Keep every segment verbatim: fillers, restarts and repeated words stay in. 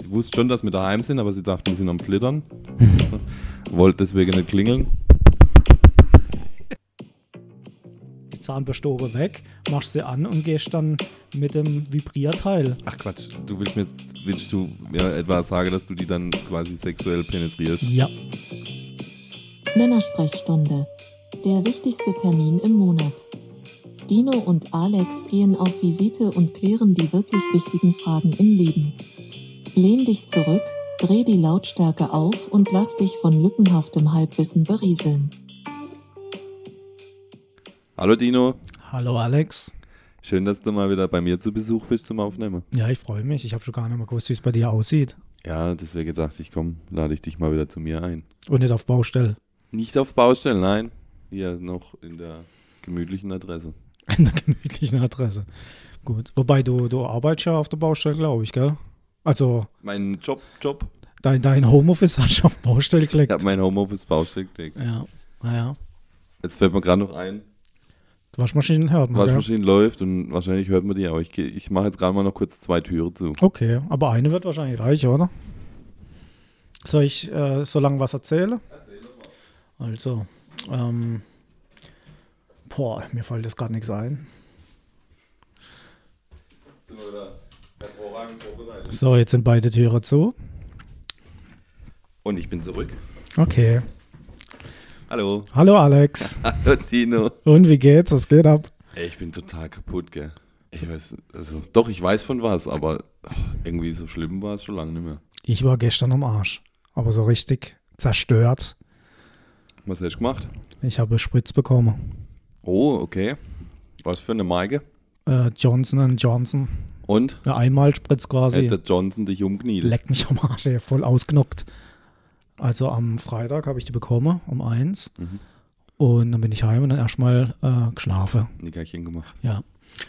Die wusste schon, dass wir daheim sind, aber sie dachten, wir sind am Flittern. Wollte deswegen nicht klingeln. Die Zahnbürste oben weg, machst sie an und gehst dann mit dem Vibrierteil. Ach Quatsch, du willst mir willst du mir etwa sagen, dass du die dann quasi sexuell penetrierst? Ja. Männersprechstunde. Der wichtigste Termin im Monat. Dino und Alex gehen auf Visite und klären die wirklich wichtigen Fragen im Leben. Lehn dich zurück, dreh die Lautstärke auf und lass dich von lückenhaftem Halbwissen berieseln. Hallo Dino. Hallo Alex. Schön, dass du mal wieder bei mir zu Besuch bist zum Aufnehmen. Ja, ich freue mich. Ich habe schon gar nicht mehr gewusst, wie es bei dir aussieht. Ja, deswegen dachte ich, komm, lade ich dich mal wieder zu mir ein. Und nicht auf Baustelle. Nicht auf Baustelle, nein. Hier noch in der gemütlichen Adresse. In der gemütlichen Adresse. Gut. Wobei du, du arbeitest ja auf der Baustelle, glaube ich, gell? Also. Mein Job, Job. Dein, dein Homeoffice hast du auf Baustelle gelegt. Ich habe mein Homeoffice Baustelle gelegt. Ja, naja. Jetzt fällt mir gerade noch ein. Waschmaschinen hört man. Waschmaschine läuft und wahrscheinlich hört man die, aber ich, ich mache jetzt gerade mal noch kurz zwei Türen zu. Okay, aber eine wird wahrscheinlich reichen, oder? Soll ich äh, so lange was erzählen? Erzähl doch mal. Also, ähm, boah, mir fällt jetzt gerade nichts ein. Sind wir da hervorragend vorbereitet. So, jetzt sind beide Türen zu. Und ich bin zurück. Okay. Hallo. Hallo Alex. Hallo Tino. Und wie geht's? Was geht ab? Ey, ich bin total kaputt, gell. Ich weiß, also, doch, ich weiß von was, aber ach, irgendwie so schlimm war es schon lange nicht mehr. Ich war gestern am Arsch, aber so richtig zerstört. Was hast du gemacht? Ich habe Spritz bekommen. Oh, okay. Was für eine Marke? Äh, Johnson and Johnson. Und? Eine Einmalspritz quasi. Hätte Johnson dich umgeniedelt? Leckt mich am Arsch, ey, voll ausgenockt. Also am Freitag habe ich die bekommen, um eins. Mhm. Und dann bin ich heim und dann erstmal äh, geschlafen. Nickerchen gemacht. Ja.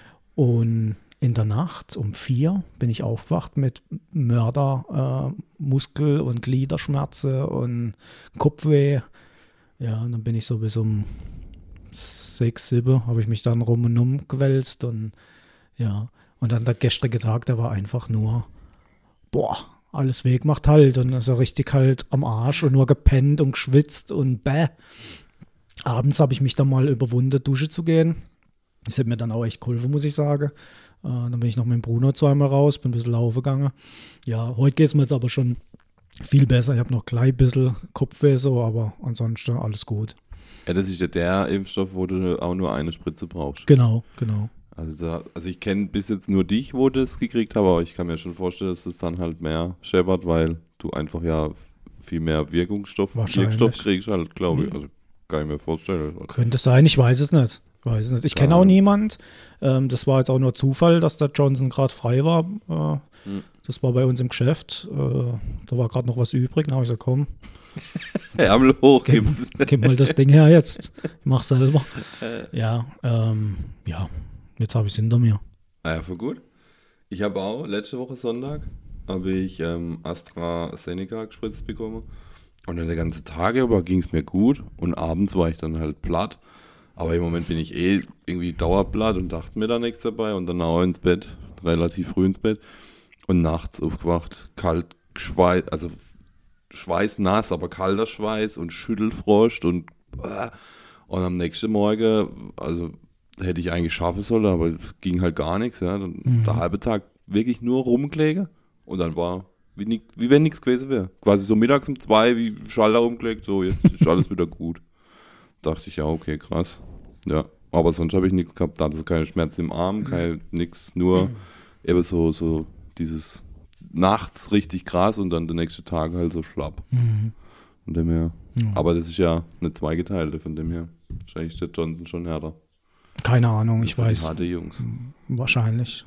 Und in der Nacht um vier bin ich aufgewacht mit Mörder, äh, Muskel- und Gliederschmerzen und Kopfweh. Ja, und dann bin ich so bis um sechs, sieben habe ich mich dann rum und um gewälzt und ja. Und dann der gestrige Tag, der war einfach nur, boah, alles Weg macht halt und also richtig halt am Arsch und nur gepennt und geschwitzt und bäh. Abends habe ich mich dann mal überwunden, Dusche zu gehen. Das hat mir dann auch echt geholfen, muss ich sagen. Äh, dann bin ich noch mit dem Bruno zweimal raus, bin ein bisschen laufen gegangen. Ja, heute geht es mir jetzt aber schon viel besser. Ich habe noch gleich ein bisschen Kopfweh so, aber ansonsten alles gut. Ja, das ist ja der Impfstoff, wo du auch nur eine Spritze brauchst. Genau, genau. Also, da, also ich kenne bis jetzt nur dich, wo du das gekriegt hast, aber ich kann mir schon vorstellen, dass das dann halt mehr scheppert, weil du einfach ja viel mehr Wirkungsstoff, Wirkstoff kriegst halt, glaube ich. Also kann ich mir vorstellen. Könnte sein, ich weiß es nicht. Ich weiß es nicht. Ich kenne auch niemand. Ähm, das war jetzt auch nur Zufall, dass der Johnson gerade frei war. Äh, hm. Das war bei uns im Geschäft. Äh, da war gerade noch was übrig. Dann habe ich gesagt, komm. Ärmel hoch. Gib, gib mal das Ding her jetzt. Ich mach selber. Ja, ähm, ja. Jetzt habe ich es hinter mir. Ah ja, voll gut. Ich habe auch letzte Woche Sonntag habe ich ähm, AstraZeneca gespritzt bekommen. Und dann der ganze Tag über ging es mir gut. Und abends war ich dann halt platt. Aber im Moment bin ich eh irgendwie dauerplatt und dachte mir da nichts dabei. Und dann auch ins Bett, relativ früh ins Bett. Und nachts aufgewacht, kalt, Schweiß, also schweißnass, aber kalter Schweiß und Schüttelfrost. Und, äh, und am nächsten Morgen, also hätte ich eigentlich schaffen sollen, aber es ging halt gar nichts. Ja. Dann mhm. Der halbe Tag wirklich nur rumgelegen und dann war, wie, nie, wie wenn nichts gewesen wäre. Quasi so mittags um zwei, wie Schalter rumgelegt, so jetzt ist alles wieder gut. Dachte ich, ja, okay, krass. Ja, aber sonst habe ich nichts gehabt. Da hatte keine Schmerzen im Arm, kein, nichts, nur mhm. eben so, so dieses nachts richtig krass und dann der nächste Tag halt so schlapp. Mhm. Von dem her. Ja. Aber das ist ja eine zweigeteilte, von dem her. Wahrscheinlich ist der Johnson schon härter. Keine Ahnung, ich weiß. Harte Jungs. Wahrscheinlich.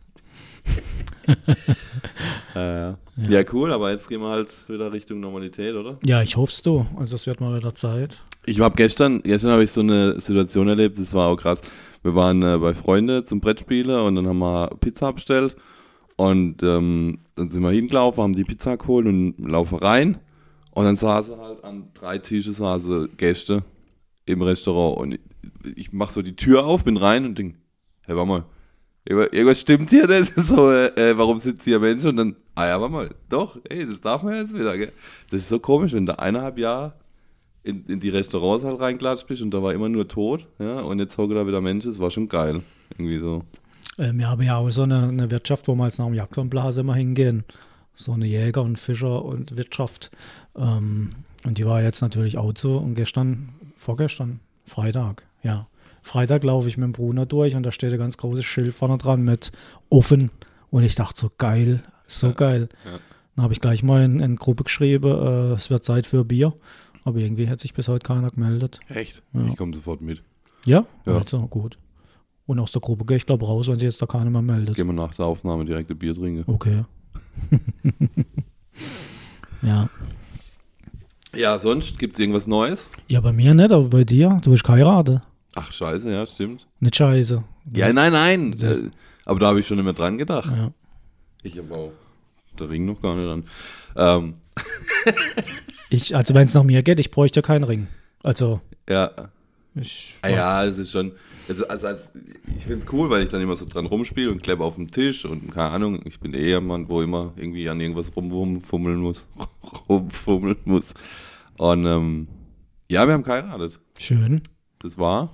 Ja. äh, ja. ja, cool, aber jetzt gehen wir halt wieder Richtung Normalität, oder? Ja, ich hoffe es du. Also es wird mal wieder Zeit. Ich habe gestern, gestern habe ich so eine Situation erlebt, das war auch krass. Wir waren äh, bei Freunden zum Brettspielen und dann haben wir Pizza bestellt und ähm, dann sind wir hingelaufen, haben die Pizza geholt und laufen rein und dann saßen halt an drei Tischen saßen Gäste im Restaurant und ich, ich mache so die Tür auf, bin rein und denke, hey, warte mal, irgendwas stimmt hier nicht. So, äh, warum sitzt hier Mensch? Und dann, ah ja, warte mal, doch, ey, das darf man jetzt wieder, gell? Das ist so komisch, wenn du eineinhalb Jahre in, in die Restaurants halt reinklatscht bist und da war immer nur tot, ja, und jetzt hocken da wieder Menschen, das war schon geil, irgendwie so. Äh, wir haben ja auch so eine, eine Wirtschaft, wo wir jetzt nach dem Jagdblase immer hingehen. So eine Jäger- und Fischer- und Wirtschaft. Ähm, und die war jetzt natürlich auch zu. Und gestern, vorgestern, Freitag, ja. Freitag laufe ich mit dem Bruder durch und da steht ein ganz großes Schild vorne dran mit offen. Und ich dachte so, geil, so ja, geil. Ja. Dann habe ich gleich mal in, in Gruppe geschrieben, äh, es wird Zeit für Bier. Aber irgendwie hat sich bis heute keiner gemeldet. Echt? Ja. Ich komme sofort mit. Ja? Ja. Also gut. Und aus der Gruppe gehe ich glaube raus, wenn sich jetzt da keiner mehr meldet. Gehen wir nach der Aufnahme direkt ein Bier trinken. Okay. Ja. Ja, sonst gibt es irgendwas Neues? Ja, bei mir nicht, aber bei dir, du bist geheiratet. Ach, scheiße, ja, stimmt. Nicht scheiße. Ja, nein, nein. Das, aber da habe ich schon immer dran gedacht. Ja. Ich habe auch der Ring noch gar nicht an. Ähm. Ich, also wenn es nach mir geht, ich bräuchte ja keinen Ring. Also. Ja. Ich, ah, ja, es ist schon. Also, also als, ich finde es cool, weil ich dann immer so dran rumspiele und kleppe auf dem Tisch und keine Ahnung, ich bin eher jemand, wo immer irgendwie an irgendwas rumfummeln muss. rumfummeln muss. Und ähm, ja, wir haben geheiratet. Schön. Das war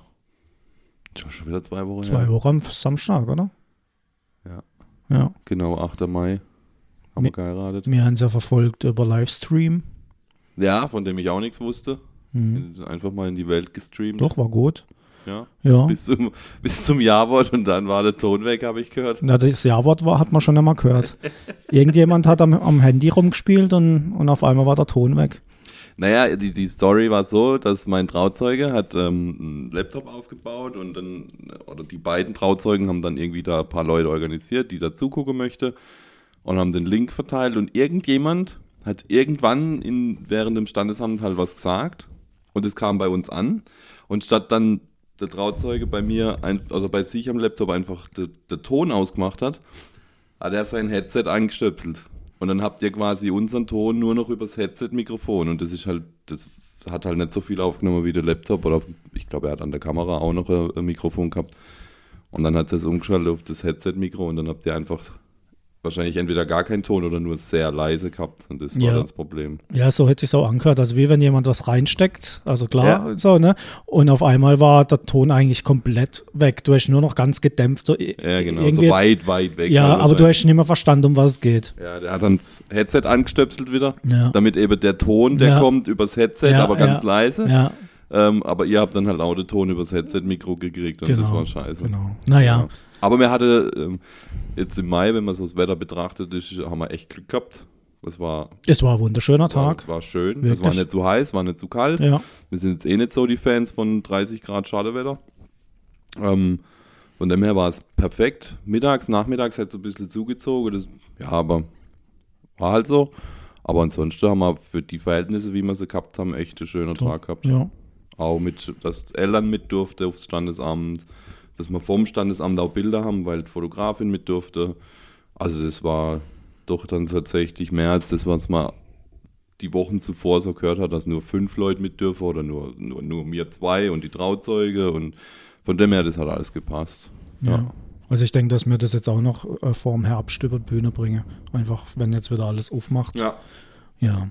schon wieder zwei Wochen Zwei her. Wochen am Samstag, oder? Ja. Ja. Genau, achter Mai haben wir geheiratet. Wir haben es ja verfolgt über Livestream. Ja, von dem ich auch nichts wusste. Mhm. Einfach mal in die Welt gestreamt. Doch, war gut. Ja. Ja. Bis zum, bis zum Ja-Wort und dann war der Ton weg, habe ich gehört. Na, das Ja-Wort war, hat man schon einmal gehört. Irgendjemand hat am, am Handy rumgespielt und, und auf einmal war der Ton weg. Naja, die, die Story war so, dass mein Trauzeuge hat ähm, einen Laptop aufgebaut und dann, oder die beiden Trauzeugen haben dann irgendwie da ein paar Leute organisiert, die da zugucken möchte und haben den Link verteilt und irgendjemand hat irgendwann in, während dem Standesamt halt was gesagt und es kam bei uns an und statt dann der Trauzeuge bei mir, ein, also bei sich am Laptop einfach der de Ton ausgemacht hat, hat er sein Headset angestöpselt. Und dann habt ihr quasi unseren Ton nur noch übers Headset-Mikrofon. Und das ist halt, das hat halt nicht so viel aufgenommen wie der Laptop. Oder ich glaube, er hat an der Kamera auch noch ein, ein Mikrofon gehabt. Und dann hat er es umgeschaltet auf das Headset-Mikro und dann habt ihr einfach wahrscheinlich entweder gar keinen Ton oder nur sehr leise gehabt. Und das war ja. dann das Problem. Ja, so hätte sich auch angehört. Also wie wenn jemand was reinsteckt. Also klar, ja. so, ne? Und auf einmal war der Ton eigentlich komplett weg. Du hast nur noch ganz gedämpft. So ja, genau. So weit, weit weg. Ja, aber du hast nicht mehr verstanden, um was es geht. Ja, der hat dann das Headset angestöpselt wieder, ja. damit eben der Ton, der ja. kommt übers Headset, ja, aber ganz ja. leise. Ja. Ähm, aber ihr habt dann halt auch den Ton übers Headset-Mikro gekriegt und genau, das war scheiße. Genau. Naja. Ja. Aber wir hatten ähm, jetzt im Mai, wenn man so das Wetter betrachtet, ist, haben wir echt Glück gehabt. Es war, es war ein wunderschöner Tag. War, war schön. Wirklich? Es war nicht zu heiß, war nicht zu kalt. Ja. Wir sind jetzt eh nicht so die Fans von dreißig Grad Schadewetter. Ähm, von dem her war es perfekt. Mittags, nachmittags hat es ein bisschen zugezogen. Das, ja, aber war halt so. Aber ansonsten haben wir für die Verhältnisse, wie wir sie gehabt haben, echt einen schönen Doch, Tag gehabt. Ja. Auch mit, dass Eltern mit durfte aufs Standesamt, dass wir vom Standesamt auch Bilder haben, weil die Fotografin mit durfte. Also das war doch dann tatsächlich mehr als das, was man die Wochen zuvor so gehört hat, dass nur fünf Leute mit dürfen oder nur, nur, nur wir zwei und die Trauzeuge und von dem her, das hat alles gepasst. Ja, ja. Also ich denke, dass wir das jetzt auch noch äh, vor dem Herbst über die Bühne bringen. Einfach, wenn jetzt wieder alles aufmacht. Ja. Ja.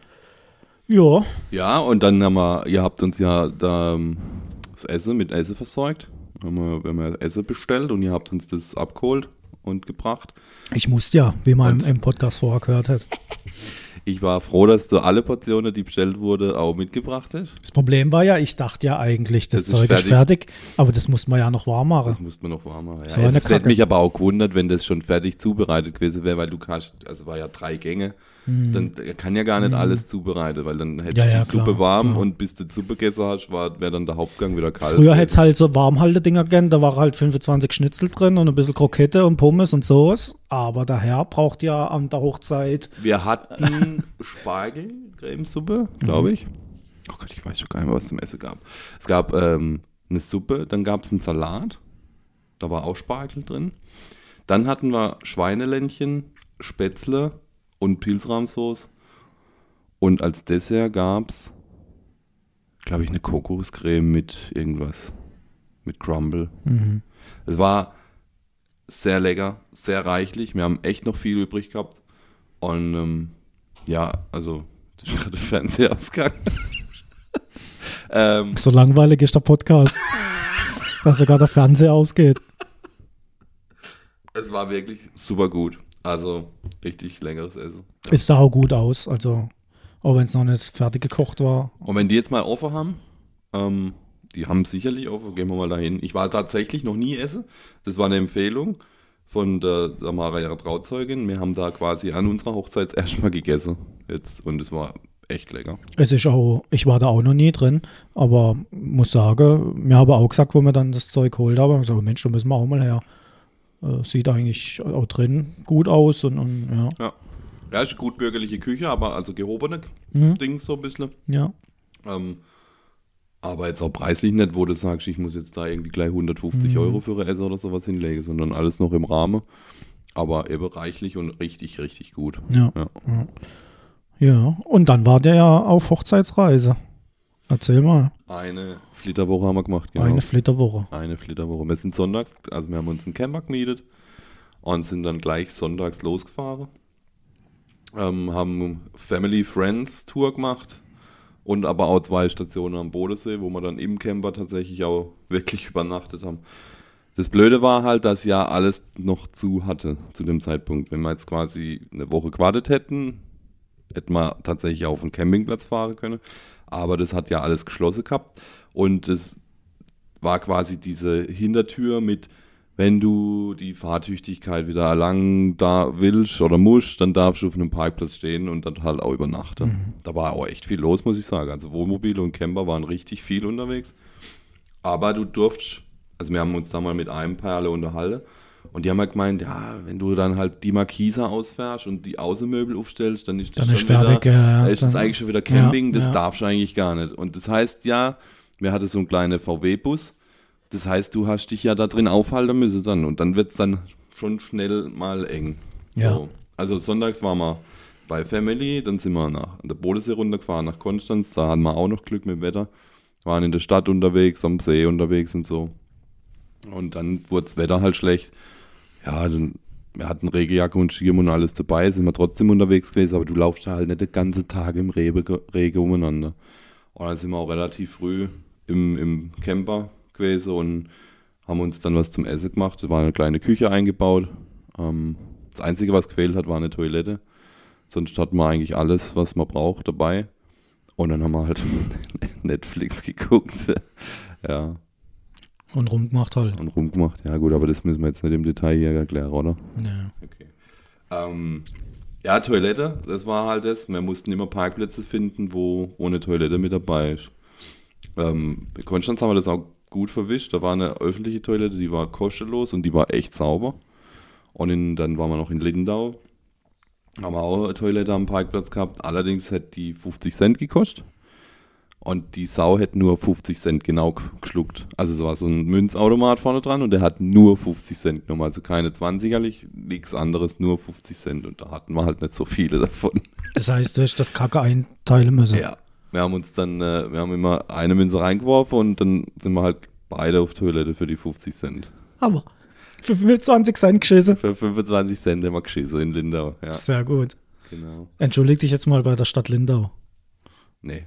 Ja. Ja, und dann haben wir, ihr habt uns ja da das Essen mit Essen versorgt. Haben wir, wir haben ja Essen bestellt und ihr habt uns das abgeholt und gebracht. Ich musste ja, wie man im, im Podcast vorher gehört hat. Ich war froh, dass du alle Portionen, die bestellt wurde, auch mitgebracht hast. Das Problem war ja, ich dachte ja eigentlich, das, das Zeug ist fertig. ist fertig, aber das muss man ja noch warm machen. Das musste man noch warm machen, ja. So Es hätte mich aber auch gewundert, wenn das schon fertig zubereitet gewesen wäre, weil du kannst, also war ja drei Gänge, hm. dann kann ja gar nicht hm. alles zubereitet, weil dann hättest du ja, ja, die klar, Suppe warm klar. Und bis du die Suppe gegessen hast, wäre dann der Hauptgang wieder kalt. Früher hätte es halt so Warmhaltedinger gegeben, da war halt fünfundzwanzig Schnitzel drin und ein bisschen Krokette und Pommes und sowas, aber der Herr braucht ja an der Hochzeit... Wir hatten Spargel-Cremesuppe, glaube ich. Oh Gott, ich weiß schon gar nicht mehr, was es zum Essen gab. Es gab ähm, eine Suppe, dann gab es einen Salat, da war auch Spargel drin. Dann hatten wir Schweineländchen, Spätzle und Pilzrahmsoße. Und als Dessert gab es, glaube ich, eine Kokoscreme mit irgendwas, mit Crumble. Mhm. Es war sehr lecker, sehr reichlich. Wir haben echt noch viel übrig gehabt. Und ähm, ja, also, das ist gerade der Fernseher ausgegangen. ähm, So langweilig ist der Podcast, dass sogar der Fernseher ausgeht. Es war wirklich super gut. Also, richtig leckeres Essen. Es sah auch gut aus, also auch wenn es noch nicht fertig gekocht war. Und wenn die jetzt mal offen haben, ähm, die haben sicherlich offen, gehen wir mal dahin. Ich war tatsächlich noch nie essen. Das war eine Empfehlung von der Tamara, ihrer Trauzeugin. Wir haben da quasi an unserer Hochzeit erstmal gegessen. Jetzt. Und es war echt lecker. Es ist auch, ich war da auch noch nie drin, aber muss sagen, mir haben auch gesagt, wo wir dann das Zeug geholt haben, so Mensch, da müssen wir auch mal her. Äh, sieht eigentlich auch drin gut aus und, und ja. Ja. Ja, ist eine gut bürgerliche Küche, aber also gehobene Mhm. Dings so ein bisschen. Ja. Ähm, aber jetzt auch preislich nicht, wo du sagst, ich muss jetzt da irgendwie gleich hundertfünfzig Mhm. Euro für ein Essen oder sowas hinlegen, sondern alles noch im Rahmen. Aber eben reichlich und richtig, richtig gut. Ja. Ja. Ja. Ja, und dann war der ja auf Hochzeitsreise. Erzähl mal. Eine Flitterwoche haben wir gemacht, genau. Eine Flitterwoche. Eine Flitterwoche. Wir sind sonntags, also wir haben uns einen Camper gemietet und sind dann gleich sonntags losgefahren. Ähm, haben Family Friends Tour gemacht und aber auch zwei Stationen am Bodensee, wo wir dann im Camper tatsächlich auch wirklich übernachtet haben. Das Blöde war halt, dass ja alles noch zu hatte zu dem Zeitpunkt. Wenn wir jetzt quasi eine Woche gewartet hätten, hätten wir tatsächlich auf den Campingplatz fahren können. Aber das hat ja alles geschlossen gehabt. Und es war quasi diese Hintertür mit, wenn du die Fahrtüchtigkeit wieder erlangen da willst oder musst, dann darfst du auf einem Parkplatz stehen und dann halt auch übernachten. Mhm. Da war auch echt viel los, muss ich sagen. Also Wohnmobile und Camper waren richtig viel unterwegs. Aber du durftest, also wir haben uns da mal mit einem Perle unterhalten und die haben halt gemeint, ja, wenn du dann halt die Markise ausfährst und die Außenmöbel aufstellst, dann ist das Dann schon ist fertig, wieder, ja, ja, da ist das dann- eigentlich schon wieder Camping, ja, das ja. darfst du eigentlich gar nicht. Und das heißt ja, wir hatten so einen kleinen V W-Bus, das heißt, du hast dich ja da drin aufhalten müssen dann und dann wird es dann schon schnell mal eng. Ja. So. Also sonntags waren wir bei Family, dann sind wir nach an der Bodensee runtergefahren, nach Konstanz, da hatten wir auch noch Glück mit dem Wetter, waren in der Stadt unterwegs, am See unterwegs und so. Und dann wurde das Wetter halt schlecht. Ja, dann, wir hatten Regenjacke und Schirm und alles dabei, sind wir trotzdem unterwegs gewesen, aber du laufst halt nicht den ganzen Tag im Rebe, Regen umeinander. Und dann sind wir auch relativ früh im, im Camper gewesen und haben uns dann was zum Essen gemacht. Da war eine kleine Küche eingebaut. Ähm, das Einzige, was gefehlt hat, war eine Toilette. Sonst hatten wir eigentlich alles, was man braucht, dabei. Und dann haben wir halt Netflix geguckt. Ja, Und rumgemacht halt. und rumgemacht. Ja gut, aber das müssen wir jetzt nicht im Detail hier erklären, oder? Ja. Okay. Ähm, ja, Toilette, das war halt das. Wir mussten immer Parkplätze finden, wo, wo eine Toilette mit dabei ist. Ähm, in Konstanz haben wir das auch gut verwischt. Da war eine öffentliche Toilette, die war kostenlos und die war echt sauber. Und in, dann waren wir noch in Lindau. Haben wir auch eine Toilette am Parkplatz gehabt. Allerdings hätte die fünfzig Cent gekostet. Und die Sau hätte nur fünfzig Cent genau g- geschluckt. Also es war so ein Münzautomat vorne dran und der hat nur fünfzig Cent genommen. Also keine zwanzigerlich, nichts anderes, nur fünfzig Cent. Und da hatten wir halt nicht so viele davon. Das heißt, du hast das Kacke einteilen müssen. Ja. Wir haben uns dann, äh, wir haben immer eine Münze reingeworfen und dann sind wir halt beide auf Toilette für die fünfzig Cent. Aber für fünfundzwanzig Cent geschissen. Für fünfundzwanzig Cent haben wir geschissen in Lindau. Ja, Sehr gut. genau. Entschuldige dich jetzt mal bei der Stadt Lindau. Nee.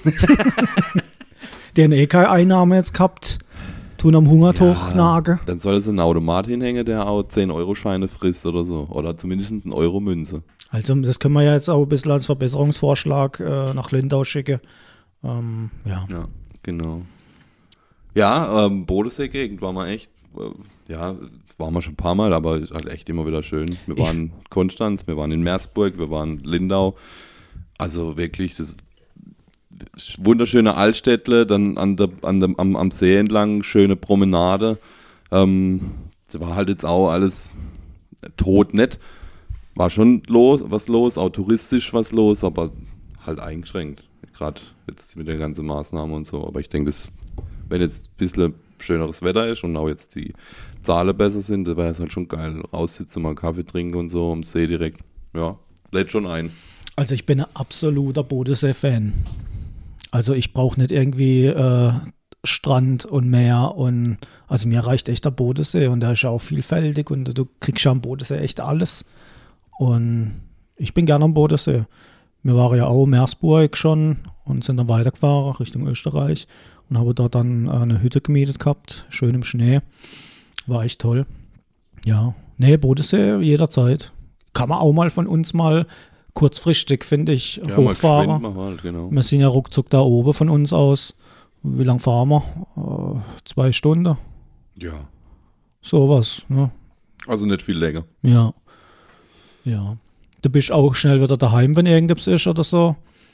Die haben eh keine Einnahme jetzt gehabt. Tun am Hungertuch Ja, nagen. Dann soll es einen Automat hinhängen, der auch zehn Euro Scheine frisst oder so. Oder zumindest eine Euro Münze. Also das können wir ja jetzt auch ein bisschen als Verbesserungsvorschlag äh, nach Lindau schicken. Ähm, ja. Ja, genau. Ja, ähm, Bodensee-Gegend war mal echt, äh, ja, waren wir schon ein paar Mal, aber ist halt echt immer wieder schön. Wir Ich- waren in Konstanz, wir waren in Meersburg, wir waren in Lindau. Also wirklich, das wunderschöne Altstädtle, dann an der, an dem, am, am See entlang, schöne Promenade. Ähm, da war halt jetzt auch alles tot nett. War schon los, was los, auch touristisch was los, aber halt eingeschränkt. Gerade jetzt mit den ganzen Maßnahmen und so. Aber ich denke, das, wenn jetzt ein bisschen schöneres Wetter ist und auch jetzt die Zahlen besser sind, dann wäre es halt schon geil. Raussitzen, mal Kaffee trinken und so am See direkt. Ja, lädt schon ein. Also ich bin ein absoluter Bodensee-Fan. Also ich brauche nicht irgendwie äh, Strand und Meer und also mir reicht echt der Bodensee und der ist ja auch vielfältig und du kriegst ja am Bodensee echt alles und ich bin gerne am Bodensee. Wir waren ja auch in Meersburg schon und sind dann weitergefahren Richtung Österreich und haben dort dann eine Hütte gemietet gehabt, schön im Schnee. War echt toll. Ja, nee, Bodensee jederzeit. Kann man auch mal von uns mal kurzfristig, finde ich, Ja, hochfahren. mal halt, genau. Wir sind ja ruckzuck da oben von uns aus. Wie lang fahren wir? Äh, zwei Stunden. Ja. Sowas, ne? Also nicht viel länger. Ja. Ja. Du bist auch schnell wieder daheim, wenn irgendwas ist oder so.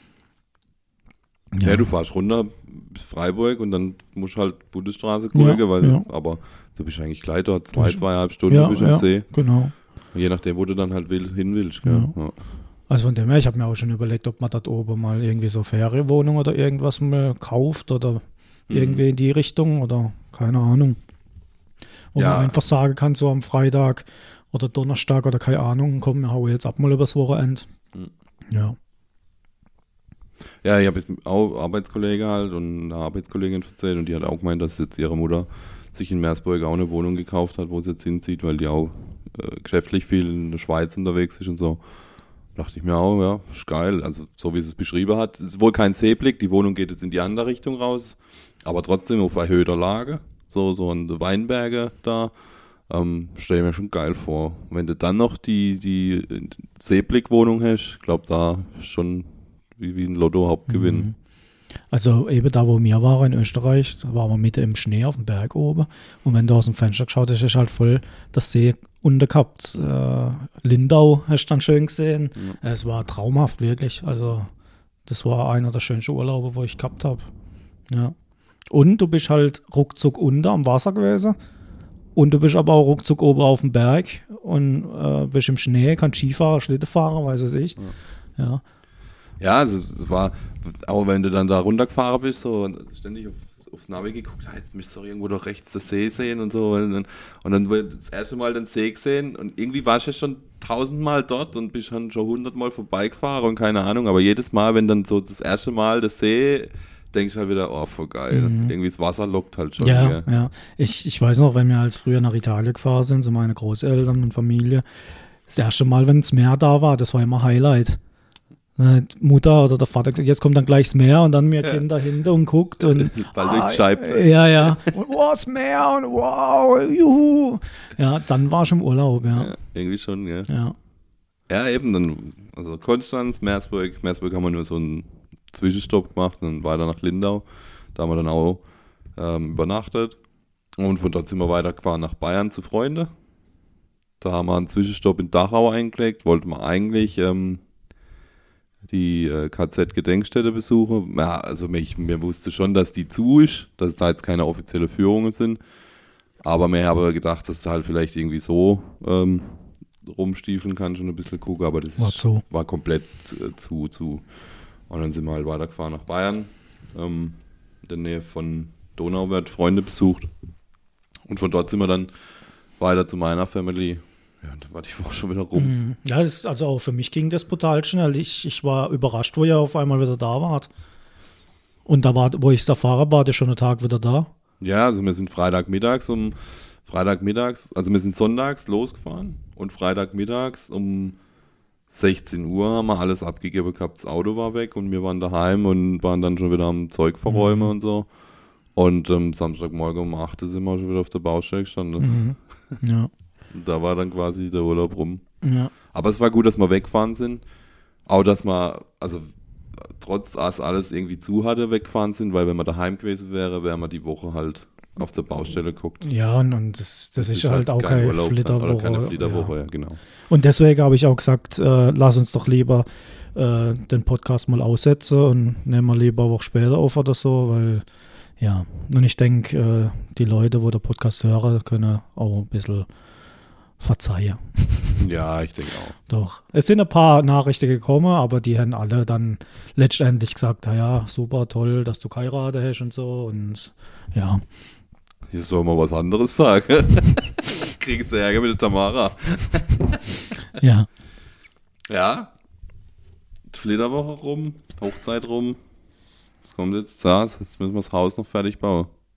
Ja, du fährst runter bis Freiburg und dann musst du halt Bundesstraße gucken, Ja, weil, ja. aber du bist eigentlich gleich dort, zwei, bist- zweieinhalb Stunden Ja, bist am ja, See. genau. Je nachdem, wo du dann halt will, hin willst. Gell? Ja. Ja. Also von dem her, ich habe mir auch schon überlegt, ob man dort oben mal irgendwie so Ferienwohnung oder irgendwas mal kauft oder Mhm. irgendwie in die Richtung oder keine Ahnung. Wo Ja. man einfach sagen kann, so am Freitag oder Donnerstag oder keine Ahnung, komm, wir hauen jetzt ab mal übers Wochenende. Mhm. Ja. Ja, ich habe jetzt auch Arbeitskollege halt und eine Arbeitskollegin erzählt und die hat auch gemeint, dass jetzt ihre Mutter sich in Meersburg auch eine Wohnung gekauft hat, wo sie jetzt hinzieht, weil die auch äh, geschäftlich viel in der Schweiz unterwegs ist und so. Dachte ich mir auch, ja, ist geil. Also so wie sie es beschrieben hat. Es ist wohl kein Seeblick, die Wohnung geht jetzt in die andere Richtung raus, aber trotzdem auf erhöhter Lage, so, so an den Weinberge da. Ähm, stelle ich mir schon geil vor. Wenn du dann noch die, die Seeblickwohnung hast, ich glaube, da ist schon wie, wie ein Lotto-Hauptgewinn. Mhm. Also eben da, wo wir waren in Österreich, da waren wir mitten im Schnee auf dem Berg oben und wenn du aus dem Fenster geschaut hast, ist halt voll das See unten gehabt. Äh, Lindau hast du dann schön gesehen. Ja. Es war traumhaft, wirklich. Also das war einer der schönsten Urlaube, wo ich gehabt habe. Ja. Und du bist halt ruckzuck unter am Wasser gewesen und du bist aber auch ruckzuck oben auf dem Berg und äh, bist im Schnee, kannst Skifahren, Schlitten fahren, weiß es ich. Ja. Ja. Ja, also es war, auch wenn du dann da runtergefahren bist, so und ständig auf, aufs Navi geguckt, ah, jetzt müsstest du doch irgendwo doch rechts den See sehen und so. Und dann, und dann wurde das erste Mal den See gesehen und irgendwie warst du ja schon tausendmal dort und bist dann schon hundertmal vorbeigefahren und keine Ahnung. Aber jedes Mal, wenn dann so das erste Mal der See, denkst du halt wieder, oh, voll geil. Mhm. Irgendwie das Wasser lockt halt schon. Ja, gell? ja. Ich, ich weiß noch, wenn wir als früher nach Italien gefahren sind, so meine Großeltern und Familie, das erste Mal, wenn das Meer da war, das war immer Highlight. Äh, die Mutter oder der Vater gesagt, jetzt kommt dann gleich das Meer und dann mir Ja. Kinder hinter und guckt und Ball durch die Scheibe. ja, ja. Und wow, das Meer und wow, juhu. Ja, dann war ich im Urlaub, ja. Ja, irgendwie schon, gell? Ja. Ja, eben, dann, also Konstanz, Meersburg. Meersburg haben wir nur so einen Zwischenstopp gemacht und dann weiter nach Lindau. Da haben wir dann auch ähm, übernachtet. Und von dort sind wir weitergefahren nach Bayern zu Freunden. Da haben wir einen Zwischenstopp in Dachau eingelegt. Wollten wir eigentlich ähm, die äh, K Z-Gedenkstätte besuchen. Ja, also mich, mir wusste schon, dass die zu ist, dass da jetzt keine offizielle Führungen sind. Aber mir habe gedacht, dass du halt vielleicht irgendwie so ähm, rumstiefeln kannst und ein bisschen gucken, aber das War zu. war komplett äh, zu, zu. Und dann sind wir halt weitergefahren nach Bayern. Ähm, in der Nähe von Donauwörth Freunde besucht. Und von dort sind wir dann weiter zu meiner Family. Ja, und dann war die Woche schon wieder rum. Mhm. Ja, das ist, also auch für mich ging das brutal schnell. Ich, ich war überrascht, wo ihr auf einmal wieder da wart. Und da war, wo ich da fahre, war der schon einen Tag wieder da. Ja, also wir sind Freitagmittags um Freitagmittags, also wir sind sonntags losgefahren und Freitagmittags um sechzehn Uhr haben wir alles abgegeben gehabt, das Auto war weg und wir waren daheim und waren dann schon wieder am Zeug verräumen Mhm. und so. Und ähm, Samstagmorgen um acht Uhr sind wir schon wieder auf der Baustelle gestanden. Mhm. Ja. Und da war dann quasi der Urlaub rum. Ja. Aber es war gut, dass wir weggefahren sind. Auch, dass wir, also trotz dass alles irgendwie zu hatte, weggefahren sind, weil wenn wir daheim gewesen wäre, wären wir die Woche halt auf der Baustelle geguckt. Ja, und, und das, das, ist halt auch kein keine Urlaub dann, Flitterwoche. Oder keine Flitterwoche, Ja. ja, genau. Und deswegen habe ich auch gesagt, äh, lass uns doch lieber äh, den Podcast mal aussetzen und nehmen wir lieber eine Woche später auf oder so, weil ja, und ich denke, äh, die Leute, wo der Podcast hören, können auch ein bisschen verzeihen. Ja, ich denke auch. Doch. Es sind ein paar Nachrichten gekommen, aber die haben alle dann letztendlich gesagt, na ja, super, toll, dass du geheiratet hast und so und ja. Hier soll man was anderes sagen. Kriegst du Ärger mit der Tamara. Ja. Ja. Die Flitterwoche rum, Hochzeit rum. Was kommt jetzt? Ja, jetzt müssen wir das Haus noch fertig bauen.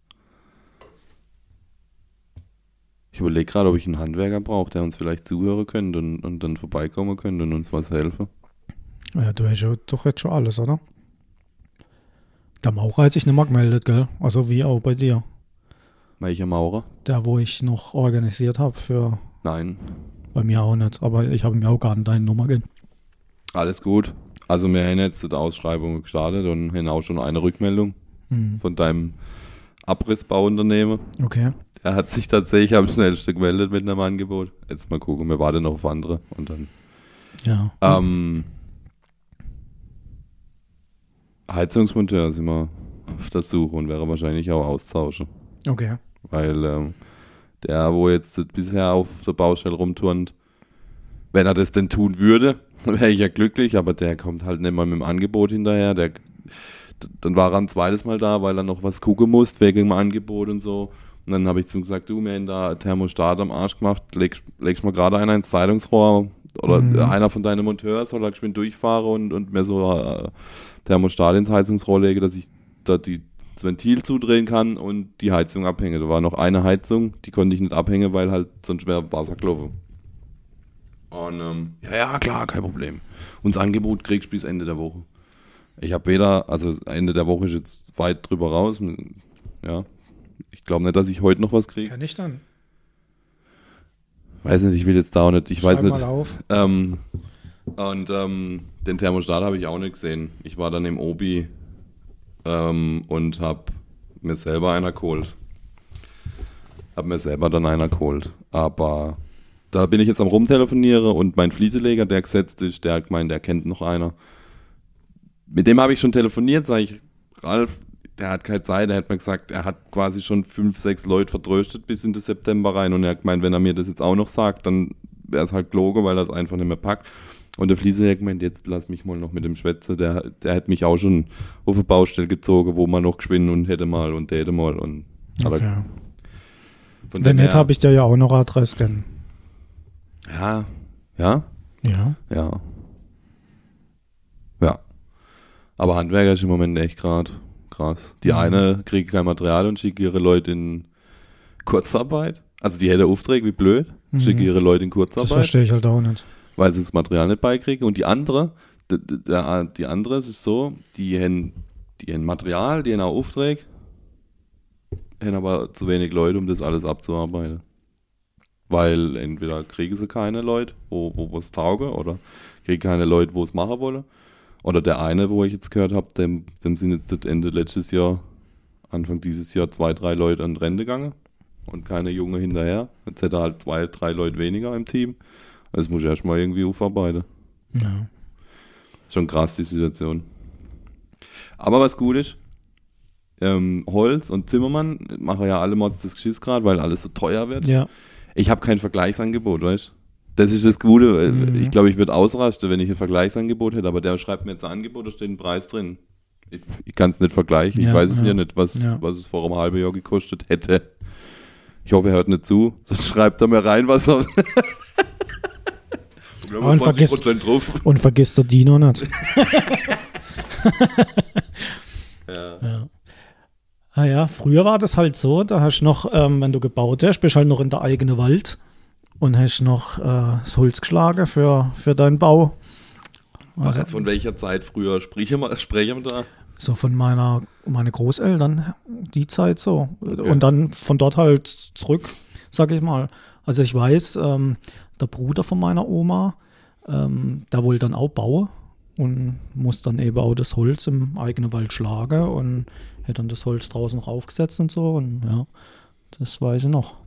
Ich überlege gerade, ob ich einen Handwerker brauche, der uns vielleicht zuhören könnte und, und dann vorbeikommen könnte und uns was helfen. Ja, du hast ja doch jetzt schon alles, oder? Der Maurer hat sich nicht mehr gemeldet, gell? Also wie auch bei dir. Welcher Maurer? Der, wo ich noch organisiert habe für... Nein. Bei mir auch nicht, aber ich habe mir auch gar nicht deine Nummer gegeben. Alles gut. Also wir haben jetzt die Ausschreibung gestartet und haben auch schon eine Rückmeldung Mhm. von deinem Abrissbauunternehmen. Okay. Er hat sich tatsächlich am schnellsten gemeldet mit einem Angebot. Jetzt mal gucken, wir warten noch auf andere und dann... Ja. Ähm, Heizungsmonteur sind wir auf der Suche und wäre wahrscheinlich auch austauschen. Okay. Weil ähm, der, wo jetzt bisher auf der Baustelle rumturnt, wenn er das denn tun würde, wäre ich ja glücklich, aber der kommt halt nicht mal mit dem Angebot hinterher. Der, dann war er ein zweites Mal da, weil er noch was gucken musste wegen dem Angebot und so. Und dann habe ich zu ihm gesagt, du, wir haben da Thermostat am Arsch gemacht, legst, legst mal gerade einer ins Zeitungsrohr oder Mhm. einer von deinen Monteurs soll da geschwind durchfahren und, und mir so äh, Thermostat ins Heizungsrohr lege, dass ich da die, das Ventil zudrehen kann und die Heizung abhänge. Da war noch eine Heizung, die konnte ich nicht abhängen, weil halt sonst wäre Wasser gelaufen. Und ähm, ja, ja, klar, kein Problem. Und das Angebot kriegst du bis Ende der Woche. Ich habe weder, also Ende der Woche ist jetzt weit drüber raus. Ja, ich glaube nicht, dass ich heute noch was kriege. Kann ich dann? Weiß nicht, ich will jetzt da auch nicht, ich weiß Schreib nicht. mal auf. Ähm, und ähm, den Thermostat habe ich auch nicht gesehen. Ich war dann im Obi ähm, und habe mir selber einer geholt. Habe mir selber dann einer geholt. Aber da bin ich jetzt am Rumtelefonieren und mein Flieseleger, der gesetzt ist, der hat gemeint, der kennt noch einer. Mit dem habe ich schon telefoniert, sage ich, Ralf, der hat keine Zeit, er hat mir gesagt, er hat quasi schon fünf, sechs Leute vertröstet bis in den September rein und er hat gemeint, wenn er mir das jetzt auch noch sagt, dann wäre es halt gelogen, weil er es einfach nicht mehr packt. Und der Flieser hat gemeint, jetzt lass mich mal noch mit dem Schwätze, der, der hat mich auch schon auf eine Baustelle gezogen, wo man noch geschwind und hätte mal und täte mal. Und, aber Okay. von Wenn dem nicht, her- habe ich dir ja auch noch Adresse kennen. Ja, ja, Ja. ja. Ja. Aber Handwerker ist im Moment echt gerade krass. Die Mhm. eine kriegt kein Material und schickt ihre Leute in Kurzarbeit. Also die hätte Aufträge, wie blöd. Mhm. Schickt ihre Leute in Das Kurzarbeit, verstehe ich halt auch nicht. weil sie das Material nicht beikriegen. Und die andere, d- d- der, die andere ist so, die haben, die haben Material, die haben auch Aufträge, haben aber zu wenig Leute, um das alles abzuarbeiten. Weil entweder kriegen sie keine Leute, wo, wo was taugen, oder kriegen keine Leute, wo es machen wollen. Oder der eine, wo ich jetzt gehört habe, dem, dem sind jetzt Ende letztes Jahr, Anfang dieses Jahr zwei, drei Leute an die Rente gegangen und keine Junge hinterher. Jetzt hätte er halt zwei, drei Leute weniger im Team. Das muss ich erstmal irgendwie aufarbeiten. Ja. Schon krass, die Situation. Aber was gut ist, ähm, Holz und Zimmermann machen ja alle Mods das Geschiss gerade, weil alles so teuer wird. Ja. Ich habe kein Vergleichsangebot, weißt du? Das ist das Gute. weil Mhm. Ich glaube, ich würde ausrasten, wenn ich ein Vergleichsangebot hätte, aber der schreibt mir jetzt ein Angebot, da steht ein Preis drin. Ich, ich kann es nicht vergleichen. Ich Ja, weiß es ja. ja nicht, was, Ja. was es vor einem halben Jahr gekostet hätte. Ich hoffe, er hört nicht zu, sonst schreibt er mir rein, was er. Und vergiss- zwanzig Prozent drauf. Und vergiss der Dino nicht. Ja. Ja. Ah ja, früher war das halt so, da hast du noch, ähm, wenn du gebaut hast, bist halt noch in der eigenen Wald und hast noch äh, das Holz geschlagen für, für deinen Bau. Also, Von welcher Zeit früher sprechen wir, sprechen wir da? so von meiner meine Großeltern, die Zeit so. Okay. Und dann von dort halt zurück, sag ich mal. Also ich weiß, ähm, der Bruder von meiner Oma, ähm, der wollte dann auch bauen und muss dann eben auch das Holz im eigenen Wald schlagen und hätte dann das Holz draußen noch aufgesetzt und so. Und ja, das weiß ich noch.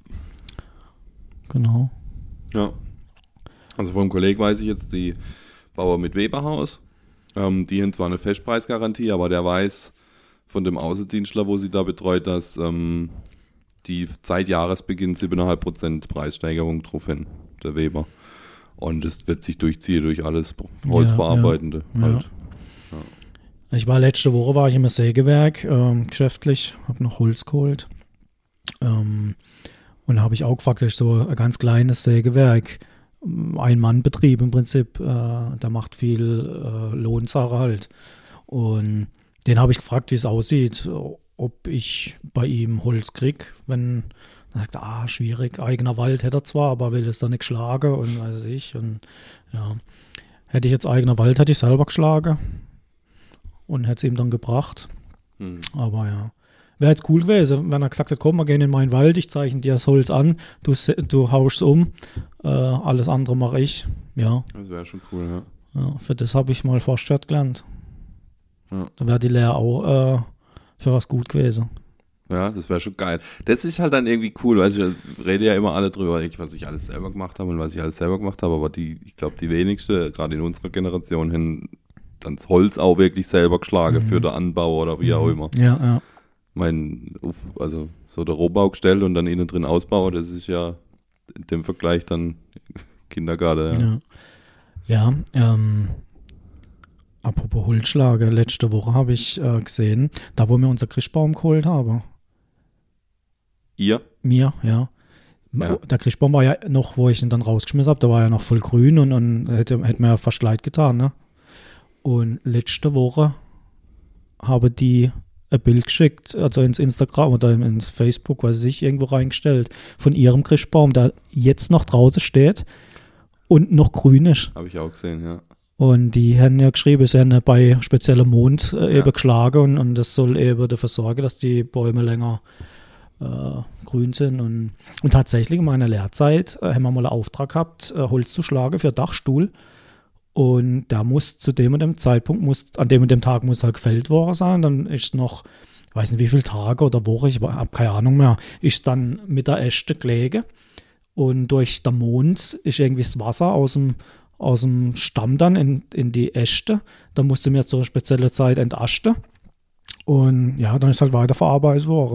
Genau. Ja. Also vom Kollegen weiß ich jetzt, die Bauer mit Weberhaus. Ähm, die haben zwar eine Festpreisgarantie, aber der weiß von dem Außendienstler, wo sie da betreut, dass ähm, die seit Jahresbeginn sieben Komma fünf Prozent Preissteigerung drauf hin, der Weber. Und das wird sich durchziehen durch alles Holzverarbeitende. Ja, ja, halt. Ich war letzte Woche war ich im Sägewerk ähm, geschäftlich, habe noch Holz geholt. Ähm, und da habe ich auch gefragt, das ist so ein ganz kleines Sägewerk, Ein-Mann-Betrieb im Prinzip, äh, der macht viel äh, Lohnsache halt. Und den habe ich gefragt, wie es aussieht, ob ich bei ihm Holz kriege, wenn Dann sagt er, ah, schwierig, eigener Wald hätte er zwar, aber will es da nicht schlagen und weiß ich. Und ja, hätte ich jetzt eigener Wald, hätte ich selber geschlagen und hätte es ihm dann gebracht. Hm. Aber ja, wäre jetzt cool gewesen, wenn er gesagt hätte, komm, wir gehen in meinen Wald, ich zeichne dir das Holz an, du, du haust es um, äh, alles andere mache ich. Ja. Das wäre schon cool, ja. Ja, für das habe ich mal Forstwirt gelernt. Ja. Da wäre die Lehre auch äh, für was gut gewesen. Ja, das wäre schon geil. Das ist halt dann irgendwie cool, weil ich rede ja immer alle drüber, was ich alles selber gemacht habe und was ich alles selber gemacht habe, aber die, ich glaube, die wenigste, gerade in unserer Generation, haben dann das Holz auch wirklich selber geschlagen Mhm. für den Anbau oder wie auch immer. Ja, ja. Mein, also so der Rohbau gestellt und dann innen drin Ausbau, das ist ja in dem Vergleich dann Kindergarten. Ja. Ja, ja ähm, apropos Holzschlager, letzte Woche habe ich äh, gesehen, da wo wir unser Christbaum geholt haben. Ihr? Mir, ja. Ja. Der Christbaum war ja noch, wo ich ihn dann rausgeschmissen habe, der war ja noch voll grün und, und hätte, hätte mir ja fast leid getan, ne? Und letzte Woche habe die ein Bild geschickt, also ins Instagram oder ins Facebook, weiß ich, irgendwo reingestellt, von ihrem Christbaum, der jetzt noch draußen steht und noch grün ist. Habe ich auch gesehen, ja. Und die haben ja geschrieben, sie haben bei speziellem Mond äh, Ja. eben geschlagen und, und das soll eben dafür sorgen, dass die Bäume länger äh, grün sind. Und, und tatsächlich in meiner Lehrzeit äh, haben wir mal einen Auftrag gehabt, äh, Holz zu schlagen für Dachstuhl. Und der muss zu dem und dem Zeitpunkt, muss, an dem und dem Tag muss halt gefällt worden sein. Dann ist noch, ich weiß nicht wie viele Tage oder Woche, ich habe keine Ahnung mehr, ist dann mit der Äste gelegen. Und durch den Mond ist irgendwie das Wasser aus dem, aus dem Stamm dann in, in die Äste. Da musste mir zu einer speziellen Zeit entasten. Und ja, dann ist halt weiterverarbeitet worden.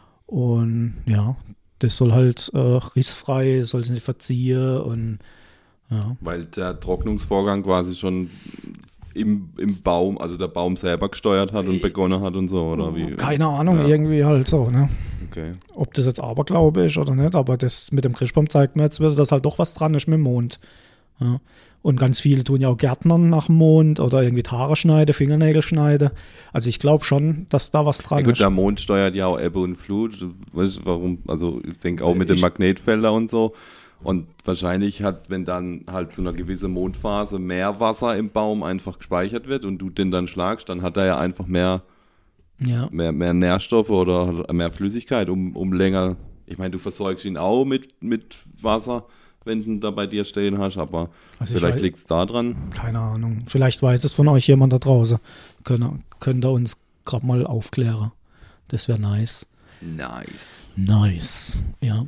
Und ja, das soll halt äh, rissfrei, soll sich nicht verziehen und ja. Weil der Trocknungsvorgang quasi schon im, im Baum, also der Baum selber gesteuert hat und begonnen hat und so, oder wie? Keine Ahnung, Ja. irgendwie halt so, ne? Okay. Ob das jetzt Aberglaube ist oder nicht, aber das mit dem Christbaum zeigt mir jetzt wieder, dass halt doch was dran ist mit dem Mond. Ja. Und ganz viele tun ja auch Gärtnern nach dem Mond oder irgendwie die Haare schneiden, Fingernägel schneiden. Also ich glaube schon, dass da was dran Ja gut, ist. der Mond steuert ja auch Ebbe und Flut. Du weißt warum? Also ich denke auch mit den Ich- Magnetfeldern und so. Und wahrscheinlich hat, wenn dann halt zu einer gewissen Mondphase mehr Wasser im Baum einfach gespeichert wird und du den dann schlagst, dann hat er ja einfach mehr, Ja. mehr, mehr Nährstoffe oder hat mehr Flüssigkeit, um, um länger. Ich meine, du versorgst ihn auch mit, mit Wasser, wenn du ihn da bei dir stehen hast, aber Also ich vielleicht weiß- liegt es da dran. Keine Ahnung. Vielleicht weiß es von euch jemand da draußen. Könnt, könnt ihr uns gerade mal aufklären. Das wäre nice. Nice. Nice. Ja.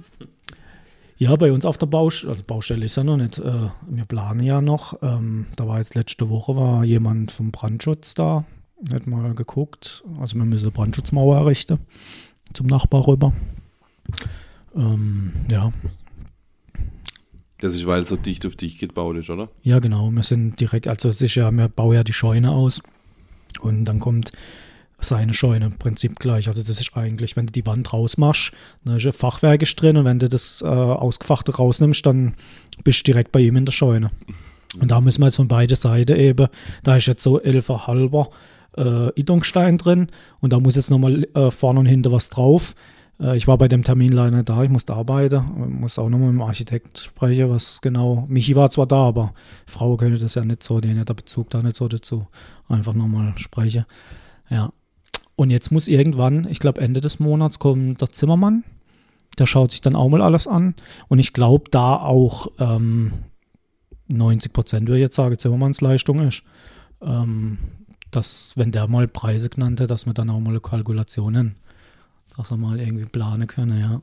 Ja, bei uns auf der Baustelle, also Baustelle ist ja noch nicht, äh, wir planen ja noch. Ähm, da war jetzt letzte Woche, war jemand vom Brandschutz da, hat mal geguckt. Also wir müssen eine Brandschutzmauer errichten, zum Nachbar rüber. Ähm, ja. Das ist, weil es so dicht auf dicht gebaut ist, oder? Ja, genau. Wir sind direkt, also es ist ja, wir bauen ja die Scheune aus und dann kommt seine Scheune im Prinzip gleich. Also das ist eigentlich, wenn du die Wand rausmachst, dann ist ein Fachwerk ist drin und wenn du das äh, Ausgefachte rausnimmst, dann bist du direkt bei ihm in der Scheune. Und da müssen wir jetzt von beiden Seiten eben, da ist jetzt so elfer halber äh, Idungstein drin und da muss jetzt nochmal äh, vorne und hinten was drauf. Äh, ich war bei dem Termin leider nicht da, ich musste arbeiten, ich muss auch nochmal mit dem Architekt sprechen, was genau, Michi war zwar da, aber Frau könnte das ja nicht so, die hat der Bezug da nicht so dazu, einfach nochmal sprechen. Ja. Und jetzt muss irgendwann, ich glaube Ende des Monats, kommt der Zimmermann, der schaut sich dann auch mal alles an und ich glaube da auch ähm, neunzig Prozent würde ich jetzt sagen, Zimmermannsleistung ist, ähm, dass wenn der mal Preise genannt hat, dass wir dann auch mal Kalkulationen, dass wir mal irgendwie planen können, ja.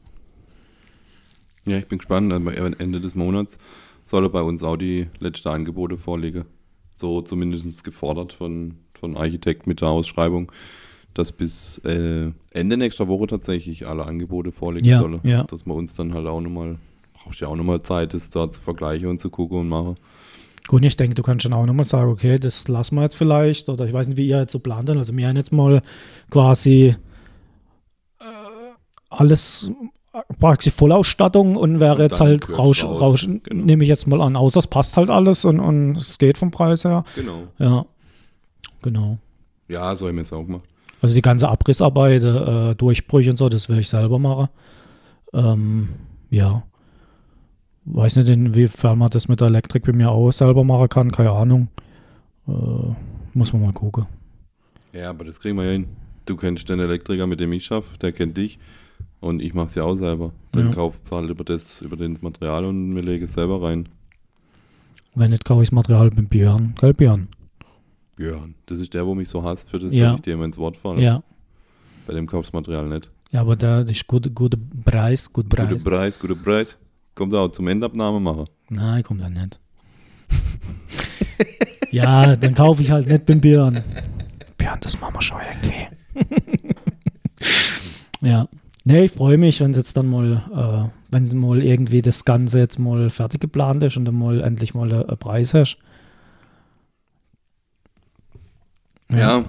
Ja, ich bin gespannt. Am Ende des Monats soll er bei uns auch die letzten Angebote vorlegen. So zumindest gefordert von, von Architekt mit der Ausschreibung, dass bis äh, Ende nächster Woche tatsächlich alle Angebote vorlegen Ja, sollen. ja. Dass man uns dann halt auch nochmal, brauchst ja auch nochmal Zeit, das da zu vergleichen und zu gucken und machen. Gut, ich denke, du kannst dann auch nochmal sagen, okay, das lassen wir jetzt vielleicht, oder ich weiß nicht, wie ihr jetzt so plant. Also wir haben jetzt mal quasi äh, alles praktisch Vollausstattung und wäre Und jetzt dann halt kürzt Rausch, raus. Rausch Genau. nehme ich jetzt mal an, außer es passt halt alles und, und es geht vom Preis her. Genau. Ja, genau. Ja, so haben wir es auch gemacht. Also die ganze Abrissarbeit, äh, Durchbrüche und so, das will ich selber machen. Ähm, ja. Weiß nicht, inwiefern man das mit der Elektrik bei mir auch selber machen kann, keine Ahnung. Äh, muss man mal gucken. Ja, aber das kriegen wir ja hin. Du kennst den Elektriker, mit dem ich schaffe, der kennt dich und ich mache es ja auch selber. Dann Ja. kaufe halt über das, über das Material und wir legen es selber rein. Wenn nicht, kaufe ich das Material mit Björn. Gell, Björn? Björn, das ist der, wo mich so hasst für das, Ja. dass ich dir immer ins Wort falle. Ja. Bei dem kaufst du Material nicht. Ja, aber da ist guter guter Preis, gut Preis. Guter Preis, guter Preis. Kommt auch zum Endabnahme machen. Nein, kommt dann nicht. Ja, dann kaufe ich halt nicht beim Björn. Björn, das machen wir schon irgendwie. Ja. Nee, ich freue mich, wenn jetzt dann mal, äh, wenn mal irgendwie das Ganze jetzt mal fertig geplant ist und dann mal endlich mal einen Preis hast. Ja.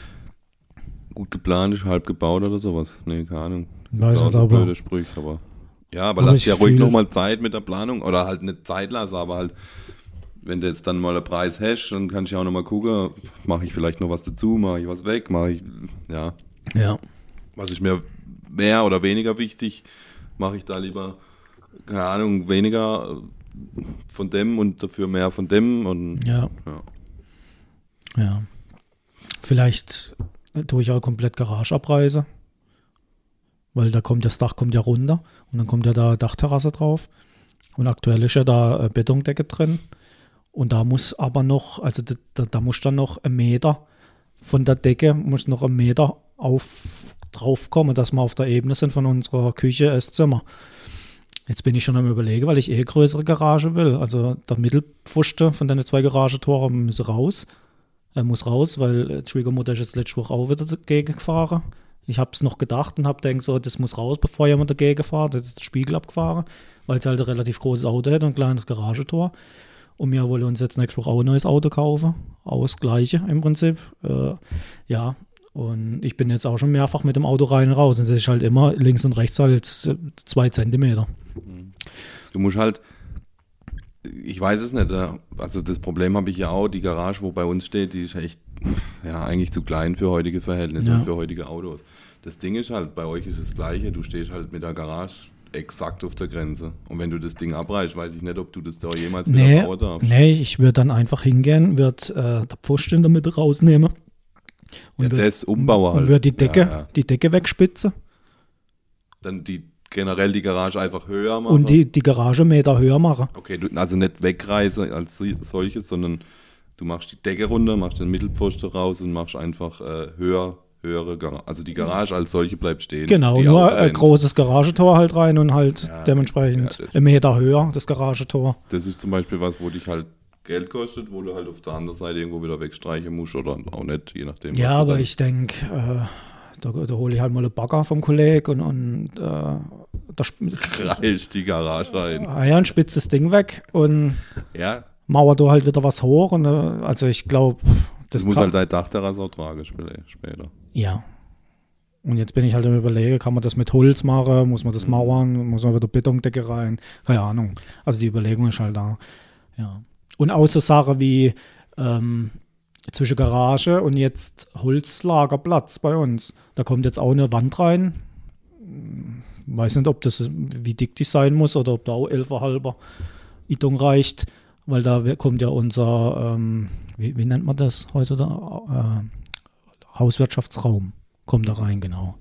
Gut geplant ist halb gebaut oder sowas. Nee, keine Ahnung. Weiß So nicht, so aber- blöde Sprüche, aber. Ja, aber, Aber lass ich ja ruhig fühl- nochmal Zeit mit der Planung. Oder halt nicht Zeit lassen, aber halt, wenn du jetzt dann mal einen Preis hast, dann kannst du ja auch nochmal gucken, mache ich vielleicht noch was dazu, mache ich was weg, mache ich, ja. Ja. Was ist mir mehr oder weniger wichtig, mache ich da lieber, keine Ahnung, weniger von dem und dafür mehr von dem und Ja. ja. Ja. Vielleicht tue ich auch komplett Garage abreißen. Weil da kommt das Dach kommt ja runter und dann kommt ja da Dachterrasse drauf. Und aktuell ist ja da äh, Betondecke drin. Und da muss aber noch, also da, da, da muss dann noch ein Meter von der Decke, muss noch ein Meter auf drauf kommen, dass wir auf der Ebene sind von unserer Küche, Esszimmer. Jetzt bin ich schon am Überlegen, weil ich eh eine größere Garage will. Also der Mittelpfosten von den zwei Garagentore muss raus. Er muss raus, weil äh, die Schwiegermutter ist jetzt letzte Woche auch wieder dagegen gefahren. Ich habe es noch gedacht und habe gedacht, so, das muss raus, bevor jemand dagegen fährt. Das ist der Spiegel abgefahren, weil es halt ein relativ großes Auto hat und ein kleines Garagentor. Und wir wollen uns jetzt nächste Woche auch ein neues Auto kaufen. Auch das Gleiche im Prinzip. Äh, ja, und ich bin jetzt auch schon mehrfach mit dem Auto rein und raus. Und das ist halt immer links und rechts halt zwei Zentimeter. Du musst halt, ich weiß es nicht, also das Problem habe ich ja auch, die Garage, wo bei uns steht, die ist echt, ja, eigentlich zu klein für heutige Verhältnisse Ja. und für heutige Autos. Das Ding ist halt, bei euch ist das Gleiche, du stehst halt mit der Garage exakt auf der Grenze. Und wenn du das Ding abreißt, weiß ich nicht, ob du das da jemals wieder Nee, bauen darfst. nee, ich würde dann einfach hingehen, würde äh, der Pfosten in der Mitte rausnehmen. Ja, würd- das umbauen halt. Und würde die Decke, Ja, ja. die Decke wegspitzen Dann die, generell die Garage einfach höher machen. und die, die Garage Meter höher machen. Okay, du, also nicht wegreißen als si- solches, sondern du machst die Decke runter, machst den Mittelpfosten raus und machst einfach äh, höher, höhere Garage. Also die Garage als solche bleibt stehen. Genau, die nur ein Außenwand. großes Garagentor halt rein und halt Ja, dementsprechend ja, das- ein Meter höher, das Garagentor. Das ist zum Beispiel was, wo dich halt Geld kostet, wo du halt auf der anderen Seite irgendwo wieder wegstreichen musst oder auch nicht, je nachdem. Ja, was du aber dann- ich denke, äh, da, da hole ich halt mal einen Bagger vom Kollegen und, und äh, da sp- reißt die Garage rein. ah ja, ein spitzes Ding weg und Ja, mauer da halt wieder was hoch. Und, äh, also ich glaube, das das muss kann, halt dein Dachterrasse auch tragen sp- später. ja. Und jetzt bin ich halt am Überlegen, kann man das mit Holz machen, muss man das Mhm. mauern, muss man wieder Betondecke rein, keine Ahnung. Also die Überlegung ist halt da, ja. Und auch so Sachen wie ähm, zwischen Garage und jetzt Holzlagerplatz bei uns. Da kommt jetzt auch eine Wand rein. Weiß nicht, ob das, wie dick die sein muss oder ob da auch elf Komma fünf Itung reicht, weil da wir- kommt ja unser, ähm, wie, wie nennt man das heute, da? Äh, Hauswirtschaftsraum kommt da rein, genau.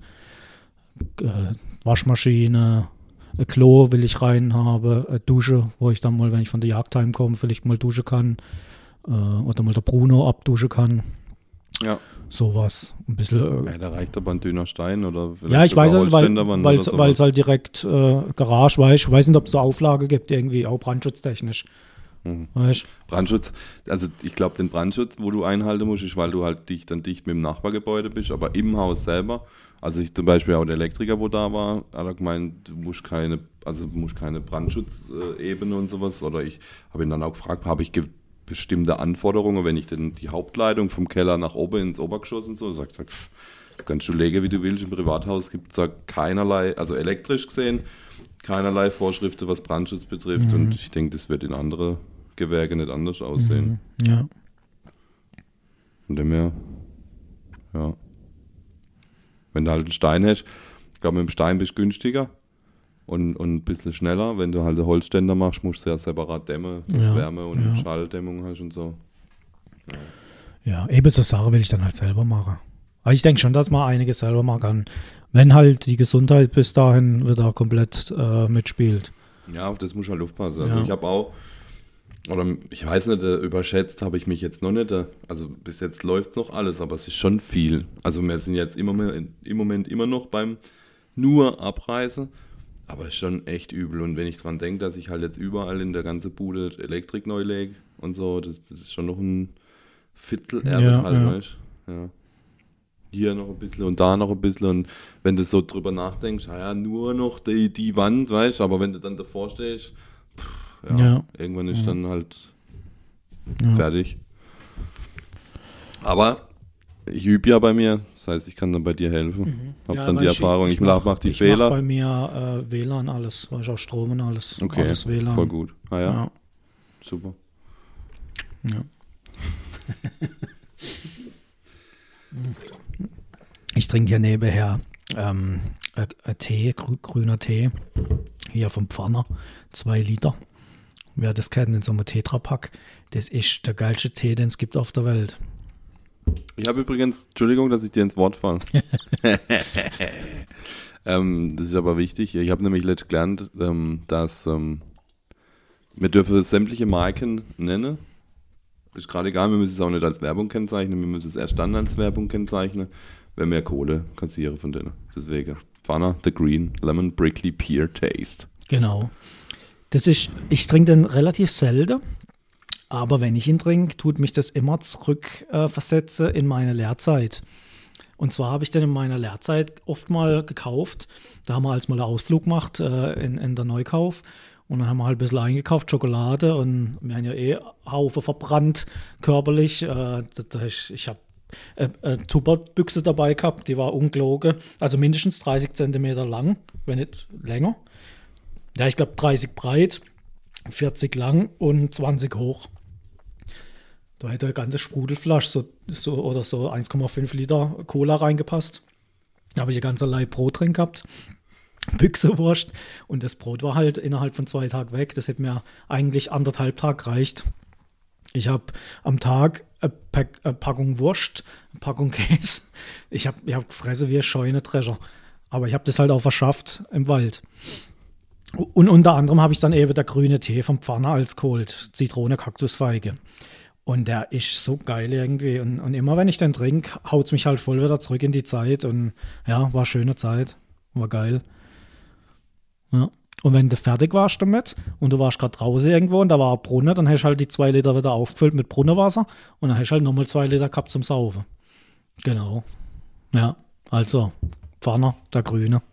Äh, Waschmaschine, ein Klo will ich rein haben, eine Dusche, wo ich dann mal, wenn ich von der Jagd heimkomme, vielleicht mal duschen kann äh, oder mal der Bruno abduschen kann. Ja. Sowas. Ein bisschen. Äh, Ja, da reicht aber ein dünner Stein oder vielleicht ja, ich sogar weiß nicht, weil Holzständerwand weil oder es sowas. weil es halt direkt äh, Garage war. Ich weiß nicht, ob es da Auflage gibt, irgendwie auch brandschutztechnisch. Mhm. Weißt? Brandschutz, also ich glaube, den Brandschutz, wo du einhalten musst, ist, weil du halt dicht dann dicht mit dem Nachbargebäude bist, aber im Haus selber, also ich zum Beispiel auch der Elektriker, wo da war, hat er gemeint, du musst keine, also du musst keine Brandschutzebene und sowas, oder ich habe ihn dann auch gefragt, habe ich ge- bestimmte Anforderungen, wenn ich denn die Hauptleitung vom Keller nach oben ins Obergeschoss und so, sagt, sagt pff, kannst du legen, wie du willst, im Privathaus gibt es da keinerlei, also elektrisch gesehen, keinerlei Vorschriften, was Brandschutz betrifft, Mhm. und ich denke, das wird in andere Gewerke nicht anders aussehen. Mhm. Ja. Von dem her, ja. Wenn du halt einen Stein hast, ich glaube, mit dem Stein bist du günstiger und, und ein bisschen schneller. Wenn du halt einen Holzständer machst, musst du ja separat dämmen, dass Ja, Wärme und ja. Schalldämmung hast und so. Ja, eben so Sache will ich dann halt selber machen. Aber ich denke schon, dass man einiges selber machen kann, wenn halt die Gesundheit bis dahin wieder komplett äh, mitspielt. Ja, auf das muss ich halt aufpassen. Also Ja. ich habe auch, oder ich weiß nicht, äh, überschätzt habe ich mich jetzt noch nicht. äh, Also bis jetzt läuft noch alles, aber es ist schon viel. Also wir sind jetzt immer mehr, im Moment immer noch beim nur Abreisen, aber ist schon echt übel. Und wenn ich dran denke, dass ich halt jetzt überall in der ganzen Bude Elektrik neu lege und so, das, das ist schon noch ein Fitzel Erde Ja, halt, ja. weißt du? Ja. Hier noch ein bisschen und da noch ein bisschen und wenn du so drüber nachdenkst, ja, nur noch die, die Wand, weißt du, aber wenn du dann davor stehst, pff, ja, Ja. irgendwann ist Ja. dann halt Ja. fertig. Aber ich übe ja bei mir, das heißt, ich kann dann bei dir helfen. Hab Ja, dann weil die Erfahrung, ich, mach, mach die ich Fehler. mach bei mir äh, W L A N alles, weil ich auch Strom und alles. Okay, alles W L A N. voll gut. Ah ja, Ja. super. Ja. Ich trinke hier nebenher ähm, äh, äh, Tee, grü grüner Tee, hier vom Pfanner, zwei Liter. Wer das kennt, in so einem Tetrapack, das ist der geilste Tee, den es gibt auf der Welt. Ich habe übrigens, Entschuldigung, dass ich dir ins Wort falle. ähm, das ist aber wichtig. Ich habe nämlich letztens gelernt, ähm, dass ähm, wir dürfen sämtliche Marken nennen. Ist gerade egal, wir müssen es auch nicht als Werbung kennzeichnen, wir müssen es erst dann als Werbung kennzeichnen, wenn wir Kohle kassieren von denen. Deswegen, Pfanner, The Green, Lemon Prickly Pear Taste. Genau. Das ist, ich trinke den relativ selten, aber wenn ich ihn trinke, tut mich das immer zurückversetzen äh, in meine Lehrzeit. Und zwar habe ich den in meiner Lehrzeit oft mal gekauft. Da haben wir als mal einen Ausflug gemacht äh, in, in der Neukauf. Und dann haben wir halt ein bisschen eingekauft, Schokolade. Und wir haben ja eh Haufen verbrannt, körperlich. Äh, da, da ich ich habe äh, äh, Tupperbüchse dabei gehabt, die war ungelogen. Also mindestens dreißig Zentimeter lang, wenn nicht länger. Ja, ich glaube dreißig breit, vierzig lang und zwanzig hoch. Da hätte eine ganze Sprudelflasche so, so, oder so eins Komma fünf Liter Cola reingepasst. Da habe ich ein ganzer Leib Brot drin gehabt. Büchsewurst. Und das Brot war halt innerhalb von zwei Tagen weg. Das hätte mir eigentlich anderthalb Tage gereicht. Ich habe am Tag eine, Pack, eine Packung Wurst, eine Packung Käse. Ich habe ich hab gefressen wie ein Scheunendrescher. Aber ich habe das halt auch verschafft im Wald. Und unter anderem habe ich dann eben der grüne Tee vom Pfanner als geholt. Zitrone, Kaktusfeige. Und der ist so geil irgendwie. Und, und immer wenn ich den trinke, haut es mich halt voll wieder zurück in die Zeit. Und ja, war schöne Zeit. War geil. Ja. Und wenn du fertig warst damit und du warst gerade draußen irgendwo und da war ein Brunnen, dann hast du halt die zwei Liter wieder aufgefüllt mit Brunnenwasser und dann hast du halt nochmal zwei Liter gehabt zum Saufen. Genau. Ja, also Pfanner, der Grüne.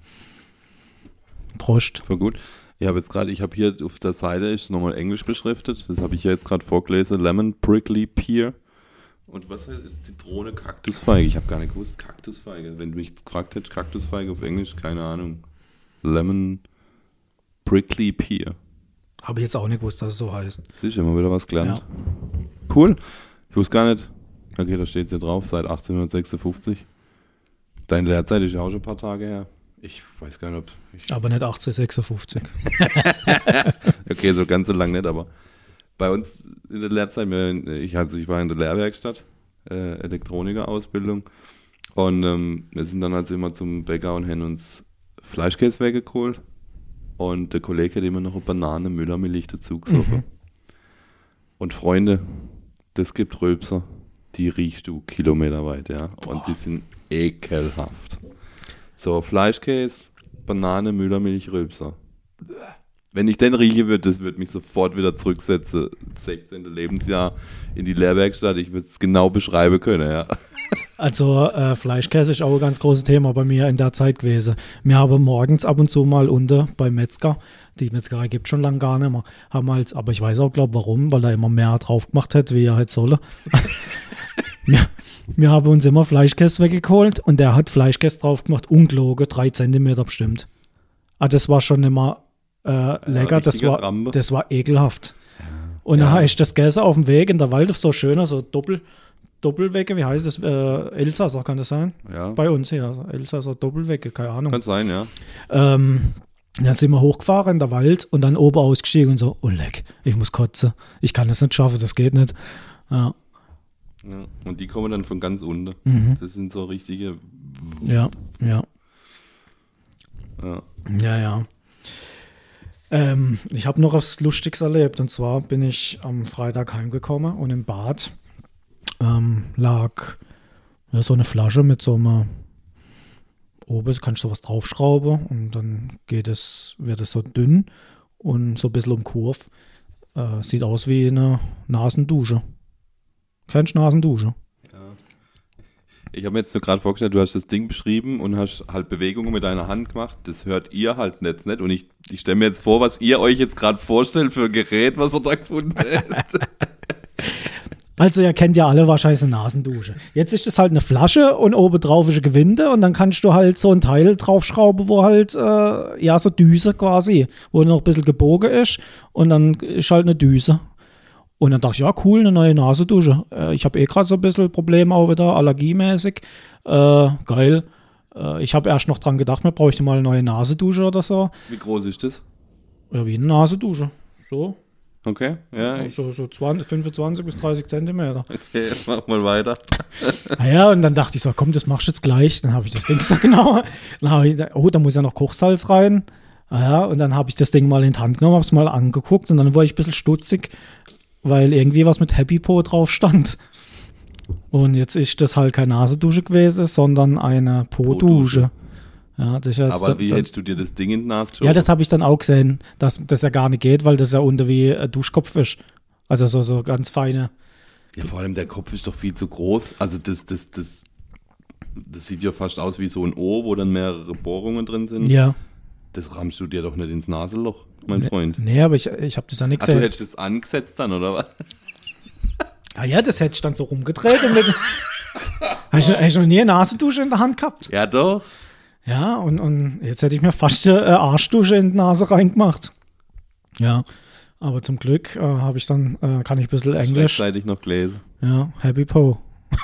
Prost. Voll gut. Ich habe jetzt gerade, ich habe hier auf der Seite, ist nochmal Englisch beschriftet, das habe ich ja jetzt gerade vorgelesen, Lemon Prickly Pear. Und was heißt, ist Zitrone, Kaktusfeige? Ich habe gar nicht gewusst, Kaktusfeige. Wenn du mich gefragt hättest, Kaktusfeige auf Englisch, keine Ahnung. Lemon Prickly Pear. Habe ich jetzt auch nicht gewusst, dass es so heißt. Sicher, immer wieder was gelernt. Ja. Cool. Ich wusste gar nicht. Okay, da steht es ja drauf, seit achtzehnhundertsechsundfünfzig. Deine Lehrzeit ist ja auch schon ein paar Tage her. Ich weiß gar nicht, ob... Ich Aber nicht achtzehnhundertsechsundfünfzig. okay, so ganz so lang nicht, aber bei uns in der Lehrzeit, ich, also ich war in der Lehrwerkstatt, äh, Elektroniker-Ausbildung und ähm, wir sind dann also immer zum Bäcker und haben uns Fleischkäse weggeholt und der Kollege hat immer noch eine Banane Müllermilch dazu gesoffen. Mhm. Und Freunde, das gibt Rülpser, die riechst du kilometerweit, ja, Boah. und die sind ekelhaft. So, Fleischkäse, Banane, Müllermilch, Rülpser. Wenn ich den rieche würde, das würde mich sofort wieder zurücksetzen, sechzehnten Lebensjahr in die Lehrwerkstatt. Ich würde es genau beschreiben können, ja. Also äh, Fleischkäse ist auch ein ganz großes Thema bei mir in der Zeit gewesen. Wir haben morgens ab und zu mal unten beim Metzger, die Metzgerei gibt es schon lange gar nicht mehr, haben halt, aber ich weiß auch, glaube warum, weil er immer mehr drauf gemacht hat, wie er halt solle. wir, wir haben uns immer Fleischkäse weggeholt und der hat Fleischkäse drauf gemacht, ungelogen, drei Zentimeter bestimmt. Ah, das war schon immer äh, lecker, das richtiger war, Rampe. das war ekelhaft. Und dann Ja. habe ich das gegessen auf dem Weg in der Wald, so schöner, so Doppel, Doppelwecke, wie heißt das? Äh, Elsasser, kann das sein? Ja, Bei uns hier, also Elsasser Doppelwecke, keine Ahnung. kann sein, ja. Ähm, Und dann sind wir hochgefahren in der Wald und dann oben ausgestiegen und so, oh leck, ich muss kotzen. Ich kann das nicht schaffen, das geht nicht. Ja. Ja, und die kommen dann von ganz unten. Mhm. Das sind so richtige... Ja, ja. Ja. Ja, ja. Ähm, ich habe noch was Lustiges erlebt. Und zwar bin ich am Freitag heimgekommen und im Bad ähm, lag ja, so eine Flasche mit so einem, oben kannst du sowas draufschrauben und dann geht es, wird es so dünn und so ein bisschen umkurvt. Äh, sieht aus wie eine Nasendusche. Kennst du Nasendusche? Ich habe mir jetzt nur gerade vorgestellt, du hast das Ding beschrieben und hast halt Bewegungen mit deiner Hand gemacht. Das hört ihr halt nicht, nicht? Und ich, ich stelle mir jetzt vor, was ihr euch jetzt gerade vorstellt für ein Gerät, was ihr da gefunden habt. Also ihr kennt ja alle wahrscheinlich eine Nasendusche. Jetzt ist das halt eine Flasche und oben drauf ist ein Gewinde und dann kannst du halt so ein Teil draufschrauben, wo halt, äh, ja, so Düse quasi, wo noch ein bisschen gebogen ist und dann ist halt eine Düse. Und dann dachte ich, ja cool, eine neue Nasendusche. Äh, ich habe eh gerade so ein bisschen Probleme auch wieder, allergiemäßig. Äh, geil. Äh, ich habe erst noch dran gedacht, man bräuchte mal eine neue Nasendusche oder so. Wie groß ist das? Ja, wie eine Nasendusche. So. Okay, ja. Ich, So, so zwanzig, fünfundzwanzig bis dreißig Zentimeter. okay, mach mal weiter. Naja, und dann dachte ich so, komm, das machst du jetzt gleich. Dann habe ich das Ding so genau. Dann habe ich, oh, da muss ja noch Kochsalz rein. Ja, und dann habe ich das Ding mal in die Hand genommen, habe es mal angeguckt und dann war ich ein bisschen stutzig, weil irgendwie was mit Happy Po drauf stand. Und jetzt ist das halt keine Nasendusche gewesen, sondern eine Po-Dusche. Ja, das ist jetzt Aber wie dann, hättest du dir das Ding in die Nase geschoben? ja, das habe ich dann auch gesehen, dass das ja gar nicht geht, weil das ja unter wie ein Duschkopf ist. Also so, so ganz feine. Ja, vor allem der Kopf ist doch viel zu groß. Also das, das, das, das sieht ja fast aus wie so ein O, wo dann mehrere Bohrungen drin sind. Ja. Das rammst du dir doch nicht ins Nasenloch, mein Freund. Nee, aber ich, ich habe das ja nicht Ach, du gesehen. hättest das angesetzt dann, oder was? Ah ja, das hätte ich dann so rumgedreht. Und mit, hast, du, hast du noch nie eine Nasendusche in der Hand gehabt? Ja, doch. Ja, und, und jetzt hätte ich mir fast eine Arschdusche in die Nase reingemacht. Ja, aber zum Glück äh, habe ich dann, äh, kann ich ein bisschen Englisch. Rechtzeitig noch gelesen. Ja, Happy Po.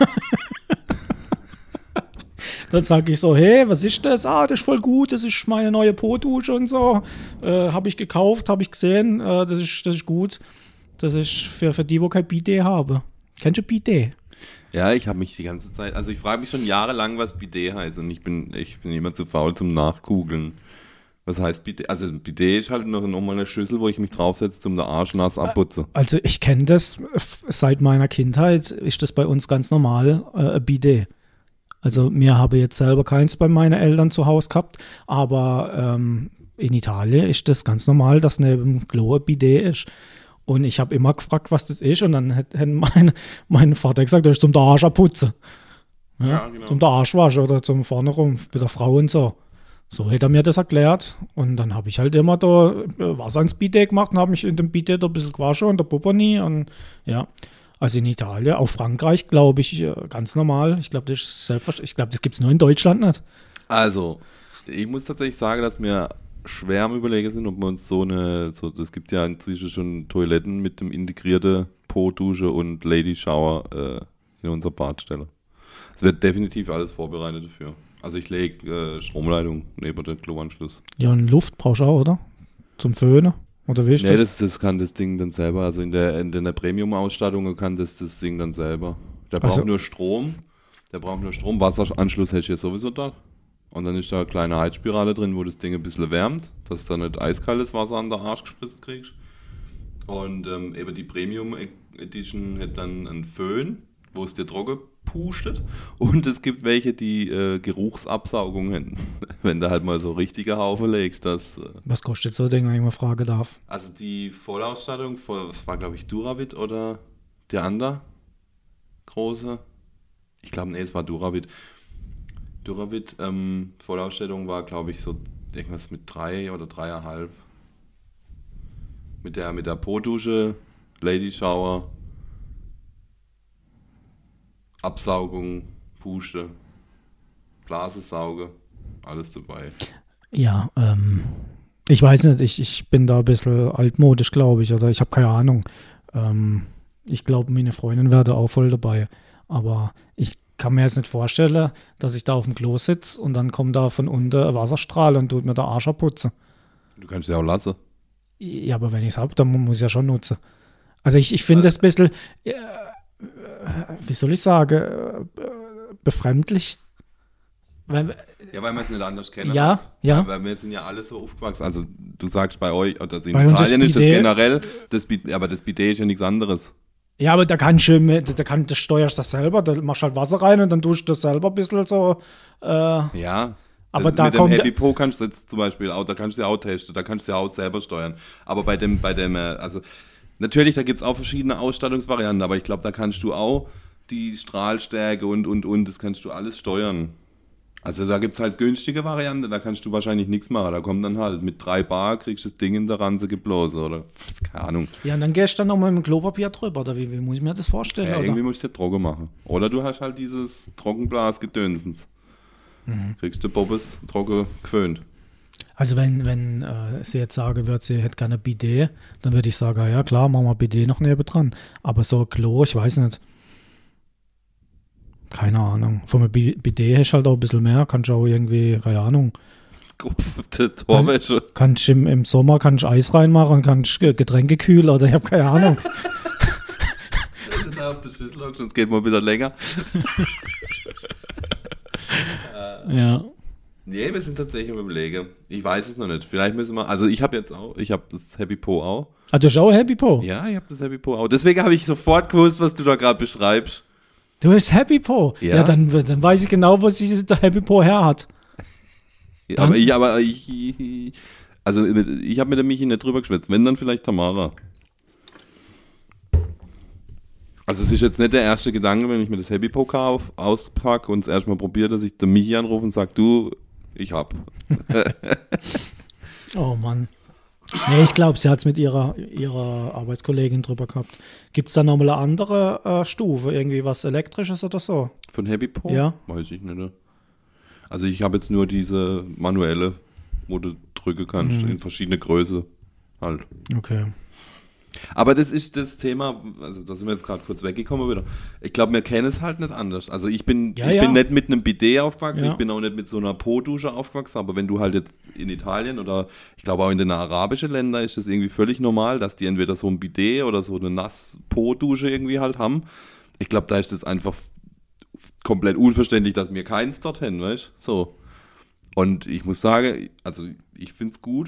Dann sage ich so, hey, was ist das? Ah, das ist voll gut, das ist meine neue Po-Dusche und so. Äh, habe ich gekauft, habe ich gesehen, äh, das, ist, das ist gut. Das ist für, für die, wo kein Bidet haben. Kennst du Bidet? Ja, ich habe mich die ganze Zeit, also ich frage mich schon jahrelang, was Bidet heißt und ich bin, ich bin immer zu faul zum Nachgoogeln. Was heißt Bidet? Also Bidet ist halt noch, noch mal eine Schüssel, wo ich mich draufsetze, zum den Arsch nass abputze. Also ich kenne das, f- seit meiner Kindheit ist das bei uns ganz normal, äh, ein Bidet. Also mir habe jetzt selber keins bei meinen Eltern zu Hause gehabt, aber ähm, in Italien ist das ganz normal, dass neben dem Klo ein Bidet ist. Und ich habe immer gefragt, was das ist und dann hat, hat mein, mein Vater gesagt, das ist zum der Arsch abputzen. Ja, Ja, genau. Zum der Arschwaschen oder zum vorne rum, mit der Frau und so. So hat er mir das erklärt und dann habe ich halt immer da äh, Wasser ins Bidet gemacht und habe mich in dem Bidet da ein bisschen gewaschen und der Popo-nie und ja. Also in Italien, auch Frankreich, glaube ich, äh, ganz normal. Ich glaube, das ist selbstverständlich. Ich glaube, das gibt es nur in Deutschland nicht. Also, ich muss tatsächlich sagen, dass wir schwer am Überlegen sind, ob wir uns so eine, so, es gibt ja inzwischen schon Toiletten mit dem integrierten Po-Dusche und Lady Shower äh, in unser Bad stellen. Es wird definitiv alles vorbereitet dafür. Also ich lege äh, Stromleitung neben den Kloanschluss. Ja, und Luft brauchst du auch, oder? Zum Föhnen? Oder wie ist Nee, das? das, das kann das Ding dann selber. Also in der, in der Premium-Ausstattung kann das das Ding dann selber. Der braucht Also- nur Strom. Der braucht nur Strom. Wasseranschluss hätte ich ja sowieso dort. Und dann ist da eine kleine Heizspirale drin, wo das Ding ein bisschen wärmt, dass du dann nicht eiskaltes Wasser an den Arsch gespritzt kriegst. Und ähm, eben die Premium Edition hat dann einen Föhn, wo es dir trocken pustet. Und es gibt welche, die äh, Geruchsabsaugung haben. Wenn du halt mal so richtige Haufen legst, das... Äh, Was kostet so ein Ding, wenn ich mal fragen darf? also die Vollausstattung, von- das war glaube ich Duravit oder der andere große. Ich glaube, nee, es war Duravit. Duravit, ähm, Vollausstattung war glaube ich so irgendwas mit drei oder dreieinhalb. Mit der, mit der Po-Dusche, Lady Shower, Absaugung, Puste, Blasesauge, alles dabei. Ja, ähm, ich weiß nicht, ich, ich bin da ein bisschen altmodisch, glaube ich, oder ich habe keine Ahnung. Ähm, ich glaube, meine Freundin wäre da auch voll dabei. Aber ich kann mir jetzt nicht vorstellen, dass ich da auf dem Klo sitze und dann kommt da von unten ein Wasserstrahl und tut mir der Arsch abputzen. Du kannst ja auch lassen. Ja, aber wenn ich es habe, dann muss ich ja schon nutzen. Also ich, ich finde das ein bisschen, äh, wie soll ich sagen, äh, befremdlich. Weil, Ja, weil man es nicht anders kennt. Ja, ja. Weil wir sind ja alle so aufgewachsen. Also du sagst bei euch, oder in Bei uns Italien das ist das Bidet- generell, das, Bi- aber das Bidet ist ja nichts anderes. ja, aber da kannst du, mit- da kann, das steuerst du das selber, da machst halt Wasser rein und dann tust du das selber ein bisschen so. Äh, Ja. Aber das, da mit dem kommt- Happy Po kannst du jetzt zum Beispiel auch, da kannst du ja auch testen, da kannst du ja auch selber steuern. Aber bei dem, bei dem, äh, also natürlich, da gibt es auch verschiedene Ausstattungsvarianten, aber ich glaube, da kannst du auch die Strahlstärke und, und, und, das kannst du alles steuern. Also da gibt es halt günstige Varianten, da kannst du wahrscheinlich nichts machen. Da kommt dann halt mit drei Bar, kriegst du das Ding in der Ranze geblasen oder keine Ahnung. ja, und dann gehst du dann nochmal mit dem Klopapier drüber, oder wie, wie muss ich mir das vorstellen? Ja, oder? irgendwie musst du dir trocken machen. Oder du hast halt dieses Trockenblas-Gedönsens. Mhm. Kriegst du Bobbes trocken geföhnt. Also wenn, wenn äh, sie jetzt sagen würde, sie hätte gerne Bidet, dann würde ich sagen, ja klar, machen wir Bidet noch neben dran. Aber so Klo, ich weiß nicht. Keine Ahnung. Von einem Bi- Bidet hast du halt auch ein bisschen mehr. Kannst du auch irgendwie, keine Ahnung. Gupfte Torwäsche. Kannst im, im Sommer kannst du Eis reinmachen, kannst Ge- Getränke kühlen oder ich habe keine Ahnung. Auf der Schüssel hockst, sonst geht mal wieder länger. Ja. Nee, wir sind tatsächlich im Überlegen. Ich weiß es noch nicht. Vielleicht müssen wir, also ich habe jetzt auch, ich habe das Happy Po auch. Ah, du hast auch Happy Po? Ja, ich habe das Happy Po auch. Deswegen habe ich sofort gewusst, was du da gerade beschreibst. Du hast Happy Po? Ja. Ja, dann, dann weiß ich genau, wo sich der Happy Po her hat. Dann- Aber ich, aber ich, also ich habe mit der Michi nicht drüber geschwätzt. Wenn, dann vielleicht Tamara. Also es ist jetzt nicht der erste Gedanke, wenn ich mir das Happy Po kauf, auspacke und es erstmal probiere, dass ich den Michi anrufe und sage, du, ich hab. Oh Mann. Nee, ich glaube, sie hat es mit ihrer, ihrer Arbeitskollegin drüber gehabt. Gibt es da nochmal eine andere äh, Stufe? Irgendwie was Elektrisches oder so? Von Happy Po? Ja. Weiß ich nicht. Ne? Also ich habe jetzt nur diese manuelle, wo du drücken kannst, Mhm. in verschiedene Größe halt. Okay. Aber das ist das Thema, also da sind wir jetzt gerade kurz weggekommen wieder. Ich glaube, wir kennen es halt nicht anders. Also ich bin, Ja, ich ja. bin nicht mit einem Bidet aufgewachsen, Ja. ich bin auch nicht mit so einer Po-Dusche aufgewachsen, aber wenn du halt jetzt in Italien oder ich glaube auch in den arabischen Ländern ist das irgendwie völlig normal, dass die entweder so ein Bidet oder so eine Nass-Po-Dusche irgendwie halt haben. Ich glaube, da ist das einfach komplett unverständlich, dass wir keins dort haben, weißt du? So. Und ich muss sagen, also ich finde es gut.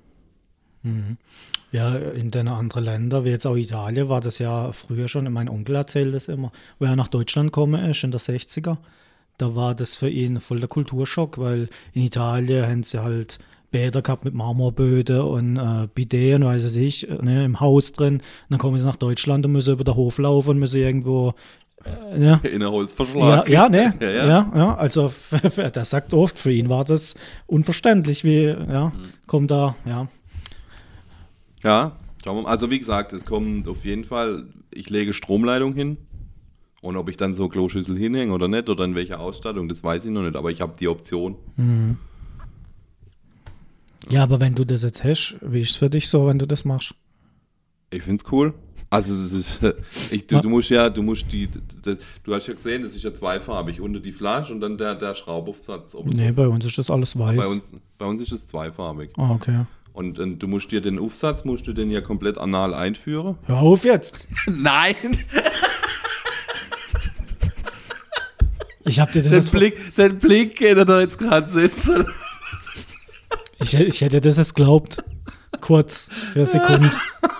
Ja, in den anderen Ländern, wie jetzt auch Italien, war das ja früher schon, mein Onkel erzählt das immer, wo er nach Deutschland gekommen ist, in der sechziger, da war das für ihn voll der Kulturschock, weil in Italien haben sie halt Bäder gehabt mit Marmorböden und äh, Bidet und weiß es ich, ne, im Haus drin. Und dann kommen sie nach Deutschland und müssen über den Hof laufen und müssen irgendwo, äh, ne, In der ja, Holzverschlag. ja, ne, Ja, ja, ja. ja, also der sagt oft, für ihn war das unverständlich, wie, ja, kommt da, ja. Ja, schauen wir mal. Also wie gesagt, es kommt auf jeden Fall, ich lege Stromleitung hin und ob ich dann so Kloschüssel hinhänge oder nicht oder in welcher Ausstattung, das weiß ich noch nicht, aber ich habe die Option. Ja, aber wenn du das jetzt hast, wie ist es für dich so, wenn du das machst? Ich finde es cool. Also es ist, ich, du, du musst ja, du musst die, die, du hast ja gesehen, das ist ja zweifarbig, unter die Flasche und dann der, der Schraubaufsatz. oben Nee, drauf. bei uns ist das alles weiß. bei uns, bei uns ist es zweifarbig. Ah, okay. Und, und du musst dir den Aufsatz, musst du den ja komplett anal einführen. Hör auf jetzt. Nein! Ich hab dir das Den jetzt, Blick, den Blick, den er da jetzt gerade sitzt. ich, ich hätte das jetzt glaubt. Kurz, für eine Sekunde.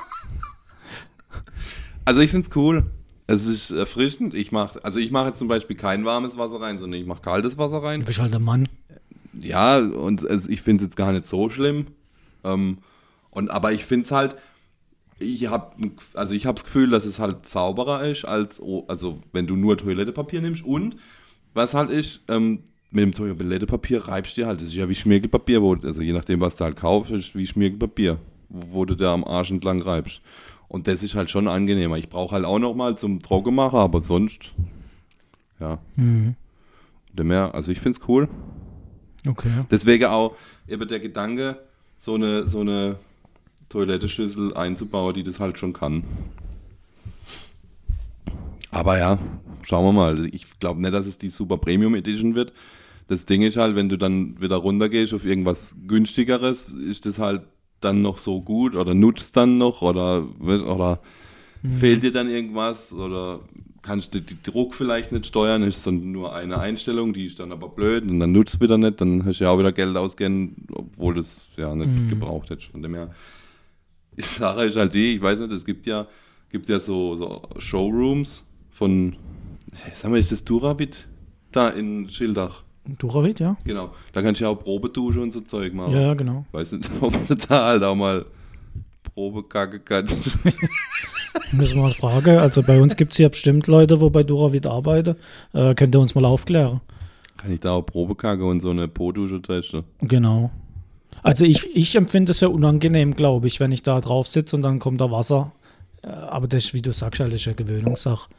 Also ich finde es cool. Es ist erfrischend. Ich mache, also ich mache jetzt zum Beispiel kein warmes Wasser rein, sondern ich mache kaltes Wasser rein. Du bist halt ein Mann. Ja, und es, ich finde es jetzt gar nicht so schlimm. Ähm, und, aber ich finde es halt, ich habe also ich hab das Gefühl, dass es halt sauberer ist, als oh, also wenn du nur Toilettepapier nimmst. Und was halt ist, ähm, mit dem Toilettepapier reibst du dir halt, das ist ja wie Schmirgelpapier, wo, also je nachdem, was du halt kaufst, ist wie Schmirgelpapier, wo, wo du da am Arsch entlang reibst. Und das ist halt schon angenehmer. Ich brauche halt auch noch mal zum Trockenmachen, aber sonst, ja. Mhm. Mehr, also ich finde es cool. Okay. Deswegen auch eben der Gedanke, so eine, so eine Toiletteschüssel einzubauen, die das halt schon kann. Aber ja, schauen wir mal. Ich glaube nicht, dass es die Super Premium Edition wird. Das Ding ist halt, wenn du dann wieder runtergehst auf irgendwas günstigeres, ist das halt dann noch so gut oder nutzt dann noch oder, oder mhm. fehlt dir dann irgendwas oder kannst du den Druck vielleicht nicht steuern, ist dann nur eine Einstellung, die ist dann aber blöd und dann nutzt es wieder nicht, dann hast du ja auch wieder Geld ausgegeben, obwohl das ja nicht mhm. gebraucht hättest. Von dem her, die Sache ist halt die, ich weiß nicht, es gibt ja, gibt ja so, so Showrooms von, sag mal, ist das Durabit da in Schildach? Duravit, ja. Genau, da kannst du ja auch Probedusche und so Zeug machen. Ja, genau. Weiß nicht, ob du da halt auch mal Probekacke kannst. Müssen wir mal fragen. Also bei uns gibt es hier bestimmt Leute, wo bei Duravit arbeiten. Äh, könnt ihr uns mal aufklären? Kann ich da auch Probekacke und so eine Po-Dusche testen? Genau. Also ich, ich empfinde es sehr unangenehm, glaube ich, wenn ich da drauf sitze und dann kommt da Wasser. Äh, aber das ist, wie du sagst, halt, das ist eine Gewöhnungssache.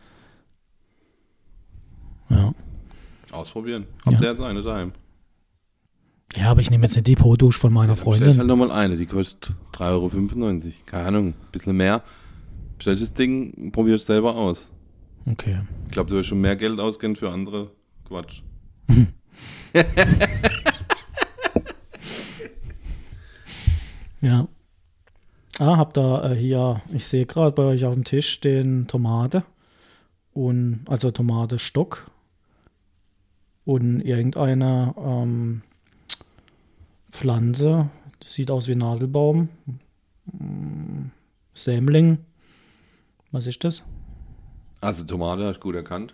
Ja. Ausprobieren. Habt Ja. ihr jetzt eine daheim? Ja, aber ich nehme jetzt nicht die Po-Dusche von meiner Ja, Freundin. bestellst halt nochmal eine, die kostet drei Euro fünfundneunzig. Keine Ahnung, ein bisschen mehr. Bestellst das Ding, probierst es selber aus. Okay. Ich glaube, du hast schon mehr Geld ausgegeben für andere Quatsch. Ja. Ah, hab da äh, hier, ich sehe gerade bei euch auf dem Tisch den Tomate und also Tomatenstock und irgendeine ähm, Pflanze, das sieht aus wie ein Nadelbaum, mm, Sämling. Was ist das? Also Tomate hast du gut erkannt.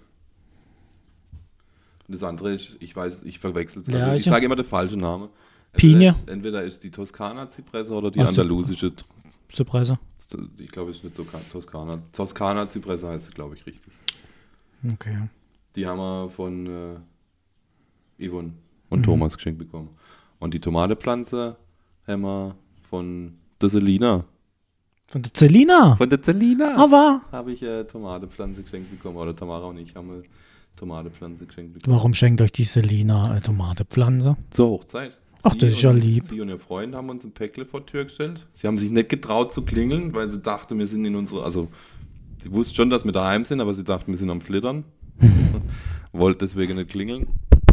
Das andere ist, ich weiß, ich verwechsel es. Also Ja, ich ich- sage immer den falschen Namen. Pinie. Entweder ist, entweder ist die Toskana-Zypresse oder die Ah, Zyp- andalusische. Zypresse. Ich glaube, es ist nicht so Toskana. Toskana-Zypresse heißt es, glaube ich, richtig. Okay. Die haben wir von äh, Yvonne und Mhm. Thomas geschenkt bekommen. Und die Tomatepflanze haben wir von der Selina. Von der Celina. Von der Selina Aber habe ich äh, Tomatepflanze geschenkt bekommen. Oder Tamara und ich haben eine Tomatepflanze geschenkt bekommen. warum schenkt euch die Celina eine Tomatepflanze? Zur Hochzeit. Ach, Sie das ist ja und- lieb. Sie und ihr Freund haben uns ein Päckle vor die Tür gestellt. Sie haben sich nicht getraut zu klingeln, weil sie dachten, wir sind in unsere, also sie wussten schon, dass wir daheim sind, aber sie dachten, wir sind am Flittern. Wollte deswegen nicht klingeln.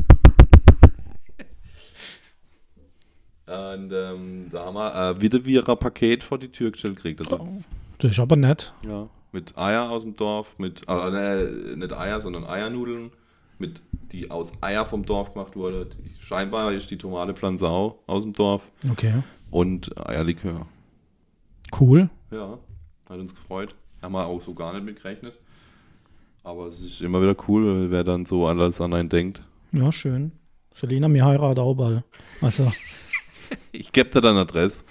Und ähm, da haben wir ein Wiedervierer-Paket vor die Tür gestellt gekriegt. Also, Das ist aber nett. ja, mit Eier aus dem Dorf, mit, also, äh, nicht Eier, sondern Eiernudeln, mit, die aus Eier vom Dorf gemacht wurde. Die, scheinbar ist die Tomatepflanze auch aus dem Dorf. Okay. Und Eierlikör. Cool. Ja, hat uns gefreut. Haben wir auch so gar nicht mit gerechnet. Aber es ist immer wieder cool, wer dann so alles an einen denkt. Ja, schön. Celina, mir heiratet auch bald. Also, Ich gebe dir dann Adresse.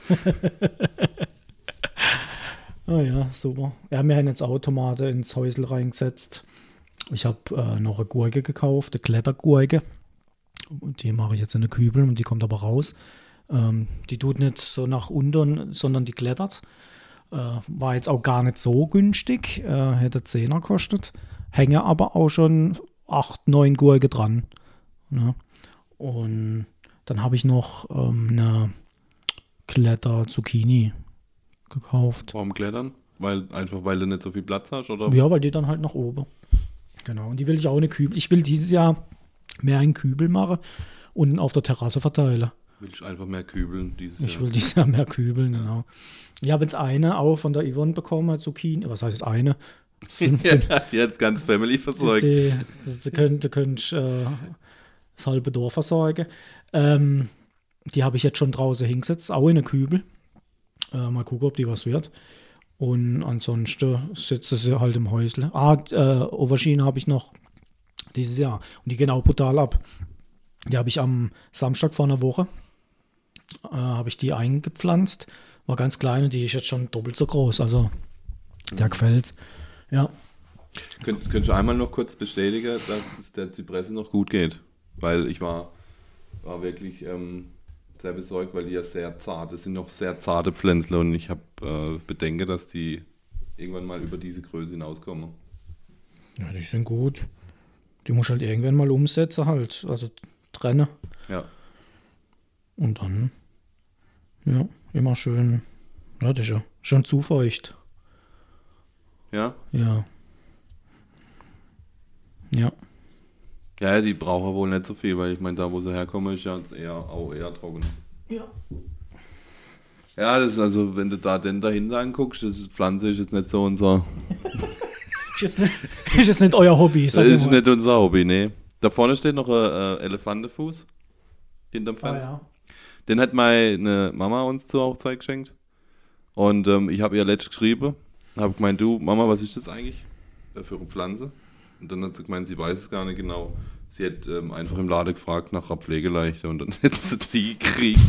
ah ja, super. Ja, wir haben jetzt auch Tomate ins Häusl reingesetzt. Ich habe äh, noch eine Gurke gekauft, eine Klettergurke. Und die mache ich jetzt in eine Kübel und die kommt aber raus. Ähm, die tut nicht so nach unten, sondern die klettert. Äh, war jetzt auch gar nicht so günstig. Äh, hätte zehner gekostet. Hänge aber auch schon acht, neun Gurke dran. Ne? Und dann habe ich noch ähm, eine Kletter-Zucchini gekauft. Warum klettern? Weil, einfach weil du nicht so viel Platz hast? Oder? Ja, weil die dann halt nach oben. Genau, und die will ich auch in eine Kübel. Ich will dieses Jahr mehr in Kübel machen und auf der Terrasse verteilen. Will ich einfach mehr kübeln dieses Ich Jahr. will dieses Jahr mehr kübeln, genau. Ich habe jetzt eine auch von der Yvonne bekommen, Zucchini. Was heißt eine? Fünf, fünf, Ja, die hat ganz Family versorgt. die, die, könnt, die könnt äh, das halbe Dorf versorgen. Ähm, die habe ich jetzt schon draußen hingesetzt, auch in eine Kübel. Äh, mal gucken, ob die was wird. Und ansonsten sitze sie halt im Häusle. Ah, äh, Aubergine habe ich noch dieses Jahr. Und die gehen auch brutal ab. Die habe ich am Samstag vor einer Woche, äh, habe ich die eingepflanzt. War ganz klein und die ist jetzt schon doppelt so groß. Also, der gefällt's. Ja. Könnt, könntest du einmal noch kurz bestätigen, dass es der Zypresse noch gut geht? Weil ich war, war wirklich ähm, sehr besorgt, weil die ja sehr zart, das sind noch sehr zarte Pflänzle und ich habe äh, Bedenken, dass die irgendwann mal über diese Größe hinauskommen. Ja, die sind gut. Die muss halt irgendwann mal umsetzen halt. Also trennen. Ja. Und dann, ja, immer schön. Ja, das ist ja schon zu feucht. Ja? Ja. Ja. Ja, ja, die brauchen wohl nicht so viel, weil ich meine, da wo sie herkommen, ist ja jetzt eher, auch eher trocken. Ja. Ja, das ist also, wenn du da denn dahinter anguckst, das ist, Pflanze ist jetzt nicht so unser... Ist jetzt nicht, ist jetzt nicht euer Hobby, Das sag ich ist mal. nicht unser Hobby, nee. Da vorne steht noch ein äh, Elefantenfuß hinterm Ah, Fenster. ja. Den hat meine Mama uns zur Hochzeit geschenkt. Und ähm, ich habe ihr letztens geschrieben, habe gemeint, du, Mama, was ist das eigentlich für eine Pflanze? Und dann hat sie gemeint, sie weiß es gar nicht genau. Sie hat ähm, einfach im Laden gefragt nach einer Pflegeleichte und dann hätte sie die gekriegt.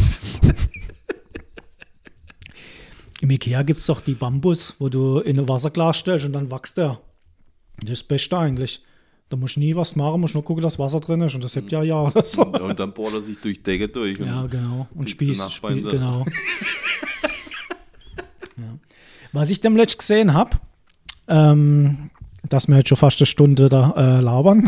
Im Ikea gibt es doch die Bambus, wo du in ein Wasserglas stellst und dann wächst der. Das ist das Beste eigentlich. Da musst du nie was machen, musst nur gucken, dass Wasser drin ist und das hebt ja ja oder so. Und, und dann bohrt er sich durch die Decke durch. Und Ja, genau. Und kriegst du Spieß, Nachbarn Spieß da. genau. Ja. Was ich dem letzten gesehen habe, ähm, dass wir jetzt schon fast eine Stunde da äh, labern.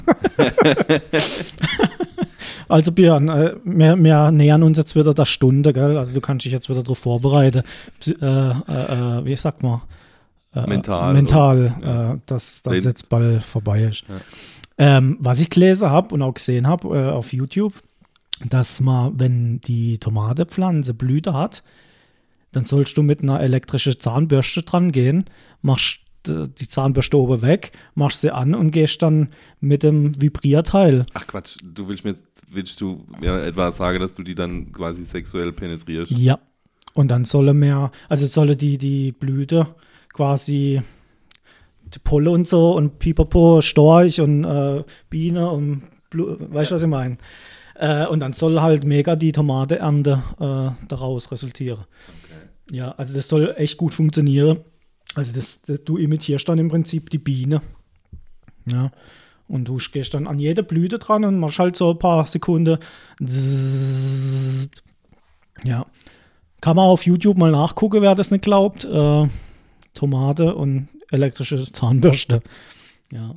Also Björn, äh, wir, wir nähern uns jetzt wieder der Stunde, gell? Also du kannst dich jetzt wieder darauf vorbereiten. Psy- äh, äh, äh, wie sagt man? Äh, Mental, Mental, oder? Ja. äh, dass das Leben. jetzt bald vorbei ist. Ja. Ähm, was ich gelesen habe und auch gesehen habe äh, auf YouTube, dass man, wenn die Tomatepflanze Blüte hat, dann sollst du mit einer elektrischen Zahnbürste dran gehen, machst äh, die Zahnbürste oben weg, machst sie an und gehst dann mit dem Vibrierteil. Ach Quatsch, du willst mir willst du mir etwa sagen, dass du die dann quasi sexuell penetrierst? Ja. Und dann solle mehr, also solle die, die Blüte quasi die Polle und so und Pipapo, Storch und äh, Biene und Blu- weißt du, was ich meine? Äh, und dann soll halt mega die Tomateernte äh, daraus resultieren. Okay. Ja, also das soll echt gut funktionieren. Also das, das, du imitierst dann im Prinzip die Biene. Ja. Und du gehst dann an jede Blüte dran und machst halt so ein paar Sekunden. Zzzzt. Ja. Kann man auf YouTube mal nachgucken, wer das nicht glaubt. Äh, Tomate und elektrische Zahnbürste. Ja.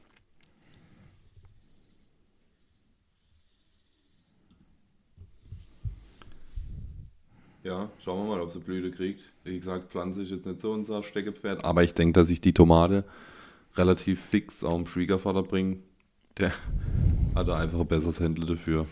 Ja, schauen wir mal, ob sie Blüte kriegt. Wie gesagt, Pflanze ist jetzt nicht so unser Steckenpferd, aber ich denke, dass ich die Tomate relativ fix auch dem Schwiegervater bringe. Der hat da einfach ein besseres Händler dafür.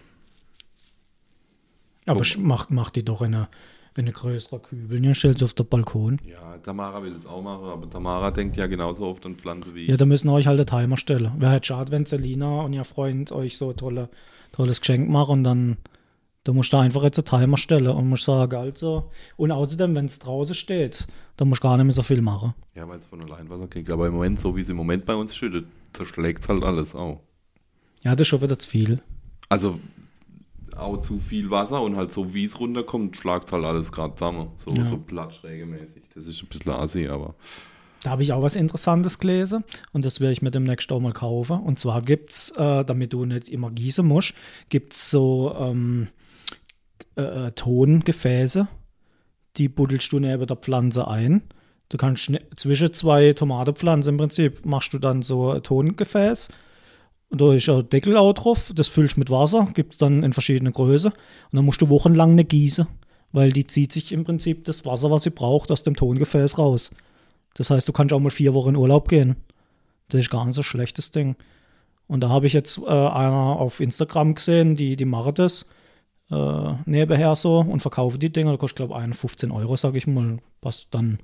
Aber Guck. sch- mach, mach die doch in eine, in eine größere Kübel. Ne? Stellst du auf den Balkon. Ja, Tamara will das auch machen, aber Tamara denkt ja genauso oft an Pflanze wie ich. Ja, da müssen euch halt einen Timer stellen. Wäre halt schade, wenn Selina und ihr Freund euch so tolle, tolles Geschenk machen und dann da musst du einfach jetzt einen Timer stellen und musst sagen, also, und außerdem, wenn es draußen steht, dann musst du gar nicht mehr so viel machen. Ja, weil es von allein Wasser kriegt. Aber im Moment, so wie es im Moment bei uns schüttet, zerschlägt es halt alles auch. Ja, das ist schon wieder zu viel. Also auch zu viel Wasser und halt so wie es runterkommt, schlagt halt alles gerade zusammen. So, Ja. so plattschrägemäßig. Das ist ein bisschen assi, aber Da habe ich auch was Interessantes gelesen und das werde ich mir demnächst auch mal kaufen. Und zwar gibt es, äh, damit du nicht immer gießen musst, gibt es so ähm, äh, Tongefäße, die buddelst du neben der Pflanze ein. Du kannst schn- zwischen zwei Tomatenpflanzen im Prinzip machst du dann so ein Tongefäß. Und da ist ein Deckel auch drauf, das füllst mit Wasser, gibt es dann in verschiedene Größe. Und dann musst du wochenlang nicht gießen, weil die zieht sich im Prinzip das Wasser, was sie braucht, aus dem Tongefäß raus. Das heißt, du kannst auch mal vier Wochen in Urlaub gehen. Das ist gar nicht so ein schlechtes Ding. Und da habe ich jetzt äh, einer auf Instagram gesehen, die, die machen das äh, nebenher so und verkaufen die Dinger. Da kostet, glaube ich, fünfzehn Euro, sage ich mal. Passt dann,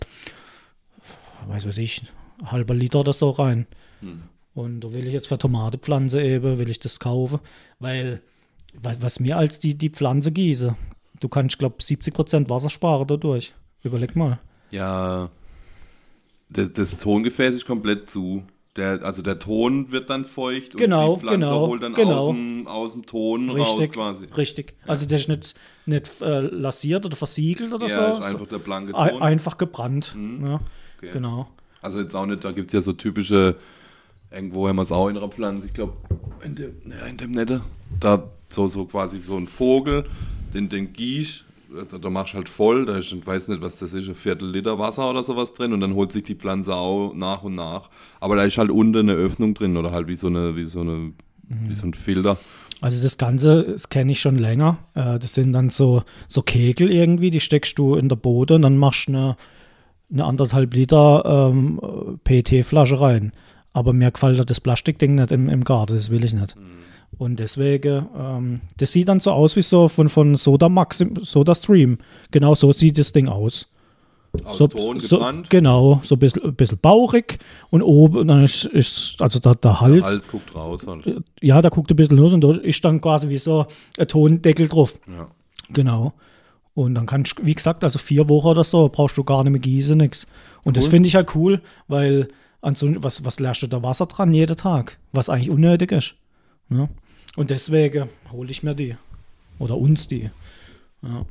weiß was ich, ein halber Liter oder so rein. hm. Und da will ich jetzt für Tomatepflanze eben, will ich das kaufen. Weil, was, was mir als die, die Pflanze gieße, du kannst, glaube ich, siebzig Prozent Wasser sparen dadurch. Überleg mal. ja, das, das Tongefäß ist komplett zu. Der, also der Ton wird dann feucht Genau, und die Pflanze genau, holt dann genau. aus, dem, aus dem Ton raus Richtig, quasi. richtig. Also der ist nicht, nicht äh, lasiert oder versiegelt oder Ja, so. ist einfach der blanke Ein- Ton. Einfach gebrannt. Mhm. Ja, Okay. genau. Also jetzt auch nicht, da gibt es ja so typische, irgendwo haben wir es auch in einer Pflanze, ich glaube, in dem, ja, in dem Nette, da so, so quasi so ein Vogel, den, den gießt, da, da machst du halt voll, da ist, ich weiß nicht, was das ist, ein Viertel Liter Wasser oder sowas drin und dann holt sich die Pflanze auch nach und nach. Aber da ist halt unten eine Öffnung drin oder halt wie so eine, wie so eine, Mhm. wie so ein Filter. Also das Ganze, das kenne ich schon länger. Äh, das sind dann so, so Kegel irgendwie, die steckst du in der Boden und dann machst du eine, eine anderthalb Liter ähm, P E T-Flasche rein. Aber mir gefällt das Plastikding nicht im, im Garten, das will ich nicht. Mhm. Und deswegen, ähm, das sieht dann so aus wie so von, von Soda Maxim, Soda Stream. Genau so sieht das Ding aus. Aus So, Ton so, gebrannt. genau, so ein bisschen, ein bisschen bauchig und oben, und dann ist, ist also der, der Hals, Der Hals guckt raus halt. ja, da guckt ein bisschen los und da ist dann quasi wie so ein Tondeckel drauf. Ja. Genau. Und dann kannst du, wie gesagt, also vier Wochen oder so, brauchst du gar nicht mehr gießen, nix. Und das Cool. finde ich halt cool, weil an so, was, was lässt du da Wasser dran jeden Tag, was eigentlich unnötig ist. Ja? Und deswegen hole ich mir die. Oder uns die. Ja.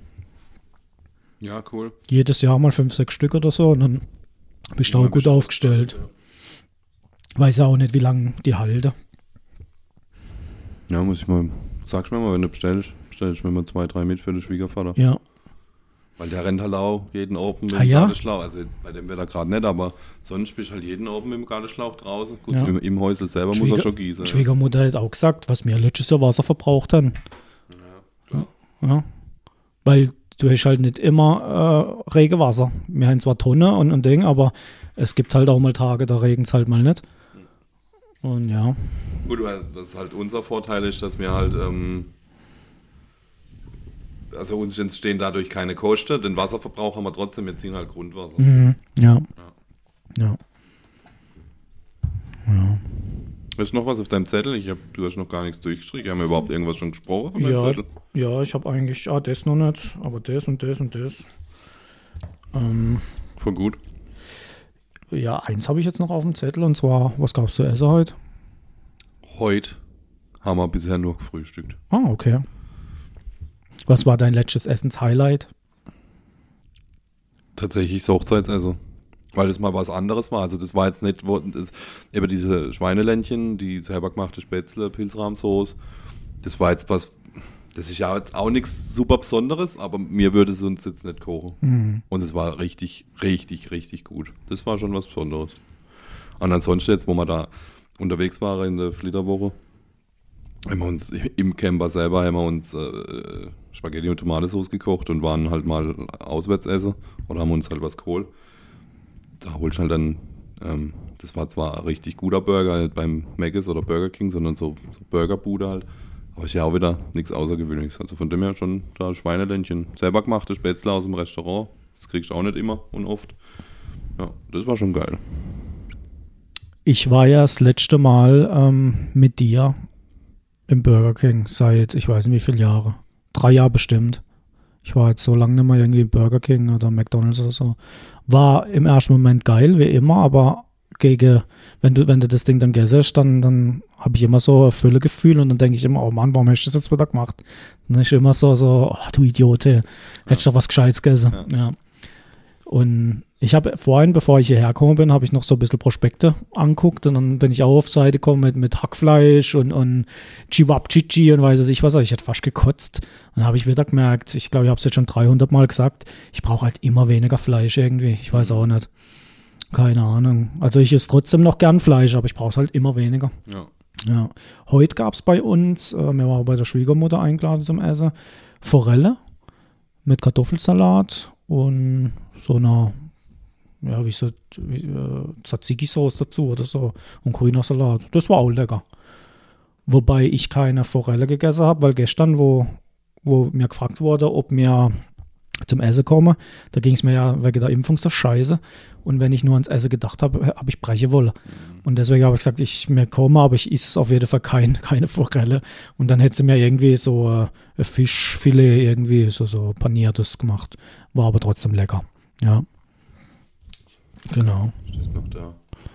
Ja, cool. Jedes Jahr mal fünf, sechs Stück oder so und dann bist du Ja, auch gut bist du- aufgestellt. Weiß ja auch nicht, wie lange die halten. Ja, muss ich mal. Sag's mir mal, wenn du bestellst, bestell ich mir mal zwei, drei mit für den Schwiegervater. Ja. Weil der rennt halt auch jeden Open mit Ah, dem ja? Gartenschlauch. Also jetzt bei dem Wetter gerade nicht, aber sonst bist du halt jeden Open mit dem Gartenschlauch draußen. Gut, Ja. im, im Häusl selber muss er Schwieger- schon gießen. Ja. Schwiegermutter hat auch gesagt, was wir letztes Jahr Wasser verbraucht haben. klar. Ja. Weil du hast halt nicht immer äh, Regenwasser. Wir haben zwar Tonne und ein Ding, aber es gibt halt auch mal Tage, da regnet es halt mal nicht. Und ja. Gut, weil was halt unser Vorteil ist, dass wir halt, ähm, also uns entstehen dadurch keine Kosten, den Wasserverbrauch haben wir trotzdem, wir ziehen halt Grundwasser. Mhm. Ja. Ja. Ja. Hast du noch was auf deinem Zettel? Ich hab, du hast noch gar nichts durchgestrichen. Haben wir überhaupt irgendwas schon gesprochen von deinem Ja, Zettel? ja, ich habe eigentlich, ah, das noch nicht, aber das und das und das. Ähm, Voll gut. ja, eins habe ich jetzt noch auf dem Zettel und zwar, was gab's zu essen heute? Heute haben wir bisher nur gefrühstückt. Ah, okay. Was war dein letztes Essens-Highlight? Tatsächlich das Hochzeitsessen. Weil das mal was anderes war. Also das war jetzt nicht, wo, das, eben diese Schweineländchen, die selber gemachte Spätzle, Pilzrahmsoße. Das war jetzt was, das ist ja jetzt auch nichts super Besonderes, aber mir würde es uns jetzt nicht kochen. Mhm. Und es war richtig, richtig, richtig gut. Das war schon was Besonderes. Und ansonsten jetzt, wo wir da unterwegs waren in der Flitterwoche, haben wir uns im Camper selber haben wir uns äh, Spaghetti und Tomatensauce gekocht und waren halt mal auswärts essen oder haben uns halt was geholt. Da holst du halt dann, ähm, das war zwar ein richtig guter Burger halt beim Mc's oder Burger King, sondern so, so Burgerbude halt. Aber ist ja auch wieder nichts Außergewöhnliches. Also von dem her schon da Schweineländchen. Selber gemachte Spätzle aus dem Restaurant. Das kriegst du auch nicht immer und oft. Ja, das war schon geil. Ich war ja das letzte Mal ähm, mit dir im Burger King seit, ich weiß nicht wie viele Jahre. Drei Jahre bestimmt. Ich war jetzt so lange nicht mehr irgendwie im Burger King oder McDonald's oder so. War im ersten Moment geil, wie immer, aber gegen, wenn du, wenn du das Ding dann gegessen dann, dann habe ich immer so ein Völlegefühl und dann denke ich immer, oh Mann, warum hast du das jetzt wieder gemacht? Dann ist immer so, so, oh, du Idiot, ey. Hättest doch was Gescheites gegessen. Ja. Ja. Und ich habe vorhin, bevor ich hierher gekommen bin, habe ich noch so ein bisschen Prospekte anguckt und dann bin ich auch auf Seite gekommen mit, mit Hackfleisch und, und Chivapchichi und weiß ich was, ich hätte fast gekotzt. Und dann habe ich wieder gemerkt, ich glaube, ich habe es jetzt schon dreihundert Mal gesagt, ich brauche halt immer weniger Fleisch irgendwie, ich weiß auch nicht. Keine Ahnung. Also ich esse trotzdem noch gern Fleisch, aber ich brauche es halt immer weniger. Ja. Ja. Heute gab es bei uns, äh, wir waren bei der Schwiegermutter eingeladen zum Essen, Forelle mit Kartoffelsalat und so einer, ja, wie so wie, äh, Tzatziki-Sauce dazu oder so und grüner Salat. Das war auch lecker. Wobei ich keine Forelle gegessen habe, weil gestern, wo, wo mir gefragt wurde, ob wir zum Essen kommen, da ging es mir ja wegen der Impfung so scheiße. Und wenn ich nur ans Essen gedacht habe, habe ich brechen wollen. Und deswegen habe ich gesagt, ich mir komme, aber ich esse auf jeden Fall kein, keine Forelle. Und dann hätte sie mir irgendwie so äh, ein Fischfilet irgendwie so, so paniertes gemacht. War aber trotzdem lecker. Ja. Genau. Ist noch da?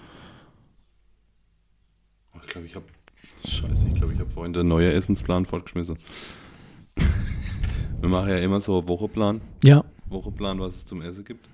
Oh, ich glaube, ich habe. Scheiße, ich glaube, ich habe vorhin den neuen Essensplan fortgeschmissen. Wir machen ja immer so einen Wochenplan. Ja. Wochenplan, was es zum Essen gibt.